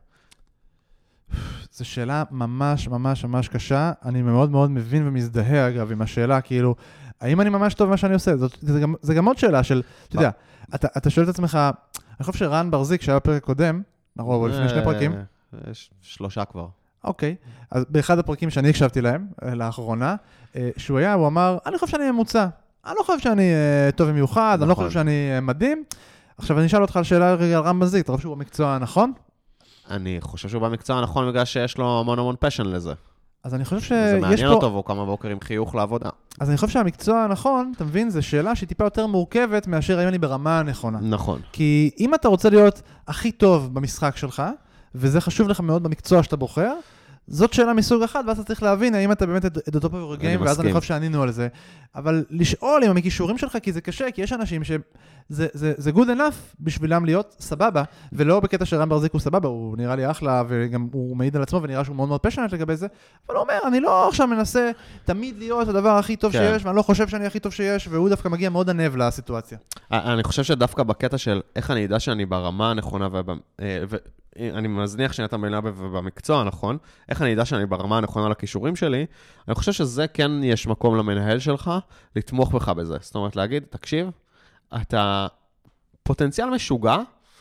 זו שאלה ממש ממש ממש קשה, אני מאוד מאוד מבין ומזדהה אגב עם השאלה, כאילו, האם אני ממש טוב במה שאני עושה? זאת, זה, גם, זה גם עוד שאלה של, אתה יודע, אתה, אתה שואל את עצמך, אני חושב שרן ברזיק, שהיה בפרק קודם, אנחנו לפני שני פרקים. יש שלושה כבר. אוקיי, אז באחד הפרקים שאני הקשבתי להם, לאחרונה, שהוא היה, הוא אמר, אני חושב שאני ממוצע, אני לא חושב שאני טוב במיוחד, אני לא חושב שאני מדהים. עכשיו אני אשאל אותך על שאלה רגע על רן ברזיק, אתה חושב שהוא במקצוע הנכון? אני חושב שהוא במקצוע הנכון בגלל שיש לו המון המון פשן לזה. אז אני חושב שיש פה... זה מעניין פה... אותו, והוא כמה בוקר עם חיוך לעבודה. אז אני חושב שהמקצוע הנכון, אתה מבין, זו שאלה שהיא טיפה יותר מורכבת מאשר האם אני ברמה הנכונה. נכון. כי אם אתה רוצה להיות הכי טוב במשחק שלך, וזה חשוב לך מאוד במקצוע שאתה בוחר, זאת שאלה מסוג אחד, ואז אתה צריך להבין האם אתה באמת את the top of your game, ואז אני חושב שענינו על זה. אבל לשאול עם הכישורים שלך, כי זה קשה, כי יש אנשים שזה זה, זה good enough בשבילם להיות סבבה, ולא בקטע שרן ברזיק הוא סבבה, הוא נראה לי אחלה, וגם הוא מעיד על עצמו, ונראה שהוא מאוד מאוד פשנט לגבי זה, אבל הוא אומר, אני לא עכשיו מנסה תמיד להיות הדבר הכי טוב כן. שיש, ואני לא חושב שאני הכי טוב שיש, והוא דווקא מגיע מאוד ענב לסיטואציה. אני חושב שדווקא בקטע של איך אני ידע שאני ברמה הנכונה, ובא, ו... אני מזניח שאני אתה מילה במקצוע, נכון? איך אני ידע שאני ברמה הנכונה לכישורים שלי? אני חושב שזה כן יש מקום למנהל שלך לתמוך בך בזה. זאת אומרת, להגיד, תקשיב, אתה פוטנציאל משוגע,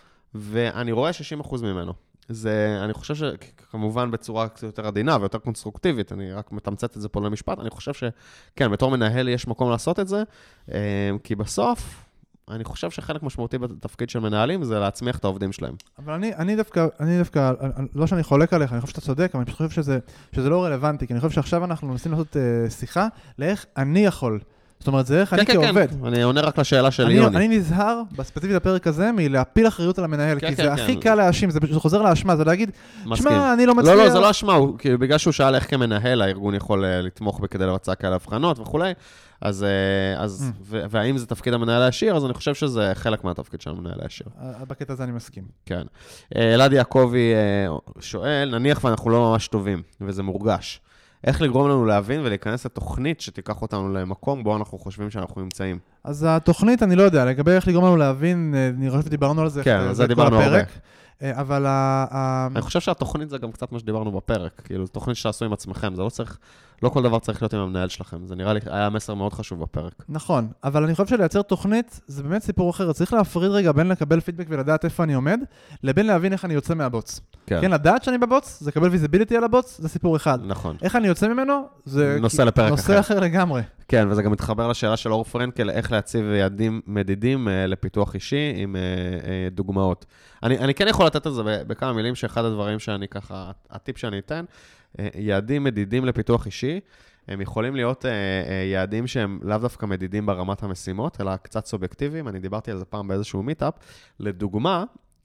ואני רואה שישים אחוז ממנו. זה, אני חושב שכמובן בצורה קצת יותר עדינה ויותר קונסטרוקטיבית, אני רק מתמצת את זה פה למשפט, אני חושב שכן, בתור מנהל יש מקום לעשות את זה, כי בסוף... אני חושב שחלק משמעותי בתפקיד של מנהלים זה להצמיח את העובדים שלהם. אבל אני, אני דווקא, אני דווקא, לא שאני חולק עליך, אני חושב שאתה צודק, אבל אני חושב שזה, שזה לא רלוונטי, כי אני חושב שעכשיו אנחנו מנסים לעשות uh, שיחה לאיך אני יכול. זאת אומרת, זה איך כן, אני כן, כעובד. כן. אני עונה רק לשאלה של אני, יוני. אני נזהר, בספציפית הפרק הזה, מלהפיל אחריות על המנהל, כן, כי כן, זה כן. הכי קל להאשים, זה, זה חוזר להאשמה, זה להגיד, מסכים. שמה, אני לא מצליח. לא, לא, זה לא אשמה, כי בגלל שהוא שאל איך כמנהל הארגון יכול לתמוך בכדי לבצע כאלה הבחנות וכולי, אז, אז, ו- והאם זה תפקיד המנהל הישיר, אז אני חושב שזה חלק מהתפקיד של המנהל הישיר. בקטע הזה אני מסכים. כן. אלעד יעקבי שואל, נניח ואנחנו לא ממש טובים, וזה מורגש. איך לגרום לנו להבין ולהיכנס לתוכנית שתיקח אותנו למקום בו אנחנו חושבים שאנחנו נמצאים. אז התוכנית, אני לא יודע, לגבי איך לגרום לנו להבין, נראה שדיברנו על זה. כן, על זה דיברנו הרבה. אבל אני חושב שהתוכנית זה גם קצת מה שדיברנו בפרק, כאילו, תוכנית שתעשו עם עצמכם, זה לא צריך, לא כל דבר צריך להיות עם המנהל שלכם, זה נראה לי, היה מסר מאוד חשוב בפרק. נכון, אבל אני חושב שלייצר תוכנית, זה באמת סיפור אחר, צריך להפריד רגע בין לקבל פידבק ולדעת איפה אני עומד, לבין להבין איך אני יוצא מהבוץ. כן, כן לדעת שאני בבוץ, זה לקבל ויזיביליטי על הבוץ, זה סיפור אחד. נכון. איך אני יוצא ממנו, זה נושא לפרק נושא אחר. אחר לגמרי. כן, וזה גם מתחבר לשאלה של אור פרנקל, איך להציב יעדים מדידים לפיתוח אישי עם דוגמאות. אני, אני כן יכול לתת את זה בכמה מילים, שאחד הדברים שאני ככה, הטיפ שאני אתן, יעדים מדידים לפיתוח אישי, הם יכולים להיות יעדים שהם לאו דווקא מדידים ברמת המשימות, אלא קצת סובייקטיביים, אני דיברתי על זה פעם באיזשהו מיטאפ. לדוגמה,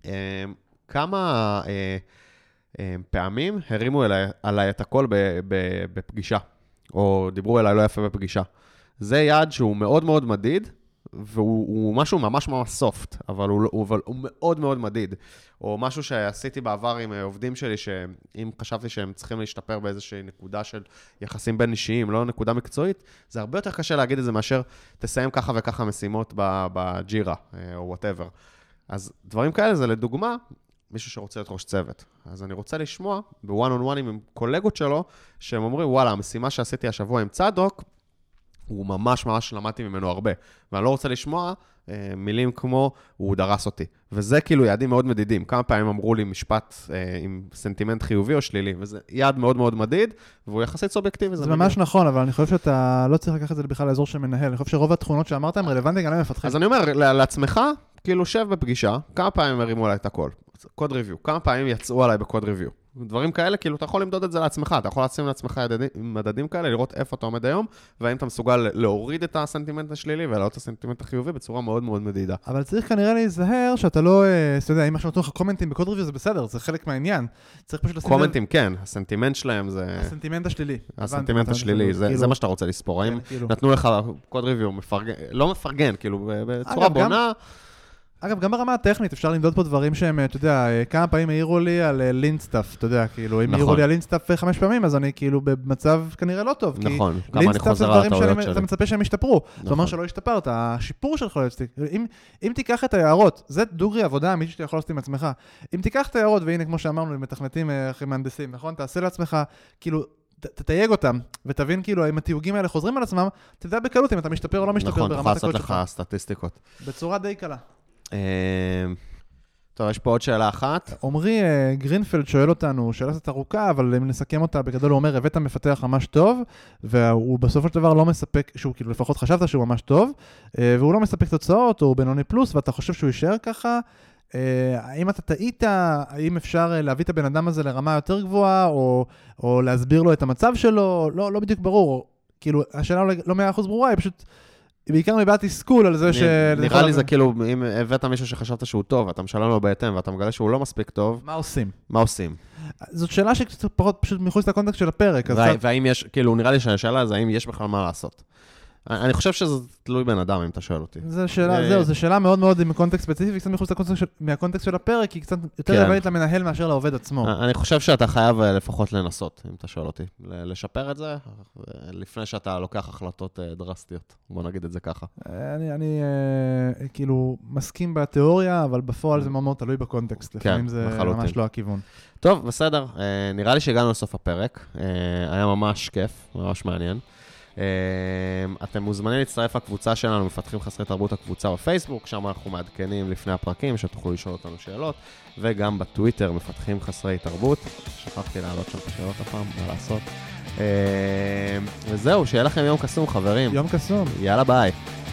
כמה פעמים הרימו אליי, עליי את הכל בפגישה, או דיברו אליי לא יפה בפגישה. זה יעד שהוא מאוד מאוד מדיד, והוא משהו ממש ממש סופט, אבל הוא, הוא, אבל הוא מאוד מאוד מדיד. או משהו שעשיתי בעבר עם עובדים שלי, שאם חשבתי שהם צריכים להשתפר באיזושהי נקודה של יחסים בין אישיים, לא נקודה מקצועית, זה הרבה יותר קשה להגיד את זה מאשר תסיים ככה וככה משימות בג'ירה, או whatever. אז דברים כאלה זה לדוגמה, מישהו שרוצה להיות ראש צוות. אז אני רוצה לשמוע בוואן און וואנים עם קולגות שלו, שהם אומרים, וואלה, המשימה שעשיתי השבוע עם צדוק, הוא ממש ממש למדתי ממנו הרבה. ואני לא רוצה לשמוע אה, מילים כמו, הוא דרס אותי. וזה כאילו יעדים מאוד מדידים. כמה פעמים אמרו לי משפט אה, עם סנטימנט חיובי או שלילי, וזה יעד מאוד מאוד מדיד, והוא יחסית סובייקטיבי. זה, זה ממש נכון, אבל אני חושב שאתה לא צריך לקחת את זה בכלל לאזור שמנהל. אני חושב שרוב התכונות שאמרת הם רלוונטיים גם למפתחים. אז אני אומר, לעצמך, כאילו שב בפגישה, כמה פעמים הרימו עליי את הכל. קוד ריוויו. כמה פעמים יצאו עליי בקוד ריוויו. דברים כאלה, כאילו אתה יכול למדוד את זה לעצמך, אתה יכול לשים לעצמך מדדים כאלה, לראות איפה אתה עומד היום, והאם אתה מסוגל להוריד את הסנטימנט השלילי ולהעלות את הסנטימנט החיובי בצורה מאוד מאוד מדידה. אבל צריך כנראה להיזהר שאתה לא, אתה יודע, אם משהו נותן לך קומנטים בקוד ריוויו זה בסדר, זה חלק מהעניין. צריך פשוט לשים... קומנטים כן, הסנטימנט שלהם זה... הסנטימנט השלילי. הסנטימנט השלילי, זה מה שאתה רוצה לספור. האם נתנו לך קוד ריוויו לא מפרגן, כאילו בצורה בונה... אגב, גם ברמה הטכנית אפשר למדוד פה דברים שהם, אתה יודע, כמה פעמים העירו לי על לינסטאפ, אתה יודע, כאילו, אם העירו לי על לינסטאפ חמש פעמים, אז אני כאילו במצב כנראה לא טוב. נכון, כמה אני חוזר על הטעויות שלי. אתה מצפה שהם ישתפרו. זאת אומרת שלא השתפרת, השיפור שלך לא יצטיק. אם תיקח את היערות, זה דוגרי עבודה אמיתית שאתה יכול לעשות עם עצמך. אם תיקח את היערות, והנה כמו שאמרנו, מתכנתים אחרי מהנדסים, נכון? תעשה לעצמך, כאילו, תתייג אותם, ותבין כאילו, אם התיוגים האלה חוזרים על עצמם, תדע בקלות אם אתה משתפר או לא משתפר ברמת הקוד שלך. סטטיסטיקות. בצורה די קלה. טוב, יש פה עוד שאלה אחת. עומרי גרינפלד שואל אותנו, שאלה קצת ארוכה, אבל אם נסכם אותה, בגדול הוא אומר, הבאת מפתח ממש טוב, והוא בסופו של דבר לא מספק, שהוא כאילו לפחות חשבת שהוא ממש טוב, והוא לא מספק תוצאות, הוא בינוני פלוס, ואתה חושב שהוא יישאר ככה, האם אתה טעית, האם אפשר להביא את הבן אדם הזה לרמה יותר גבוהה, או, או להסביר לו את המצב שלו, לא, לא בדיוק ברור. כאילו, השאלה לא מאה אחוז ברורה, היא פשוט... בעיקר מבעט תסכול על זה ש... נראה לי זה כאילו, אם הבאת מישהו שחשבת שהוא טוב, ואתה משלם לו בהתאם, ואתה מגלה שהוא לא מספיק טוב... מה עושים? מה עושים? זאת שאלה שקצת פחות פשוט מחוץ לקונטקסט של הפרק. והאם יש, כאילו, נראה לי שהשאלה זה האם יש בכלל מה לעשות. אני חושב שזה תלוי בן אדם, אם אתה שואל אותי. זו שאלה, זהו, זו שאלה מאוד מאוד מקונטקסט ספציפי, קצת מחוץ מהקונטקסט של הפרק, היא קצת יותר רלוונטית למנהל מאשר לעובד עצמו. אני חושב שאתה חייב לפחות לנסות, אם אתה שואל אותי, לשפר את זה, לפני שאתה לוקח החלטות דרסטיות. בוא נגיד את זה ככה. אני, אני כאילו מסכים בתיאוריה, אבל בפועל זה מאוד מאוד תלוי בקונטקסט. לפעמים זה ממש לא הכיוון. טוב, בסדר. נראה לי שהגענו לסוף הפרק. היה ממש כיף, ממש מעניין. אתם מוזמנים להצטרף לקבוצה שלנו, מפתחים חסרי תרבות הקבוצה בפייסבוק, שם אנחנו מעדכנים לפני הפרקים, שתוכלו לשאול אותנו שאלות, וגם בטוויטר, מפתחים חסרי תרבות. שכחתי להעלות שם את השאלות הפעם, מה לעשות. וזהו, שיהיה לכם יום קסום, חברים. יום קסום. יאללה, ביי.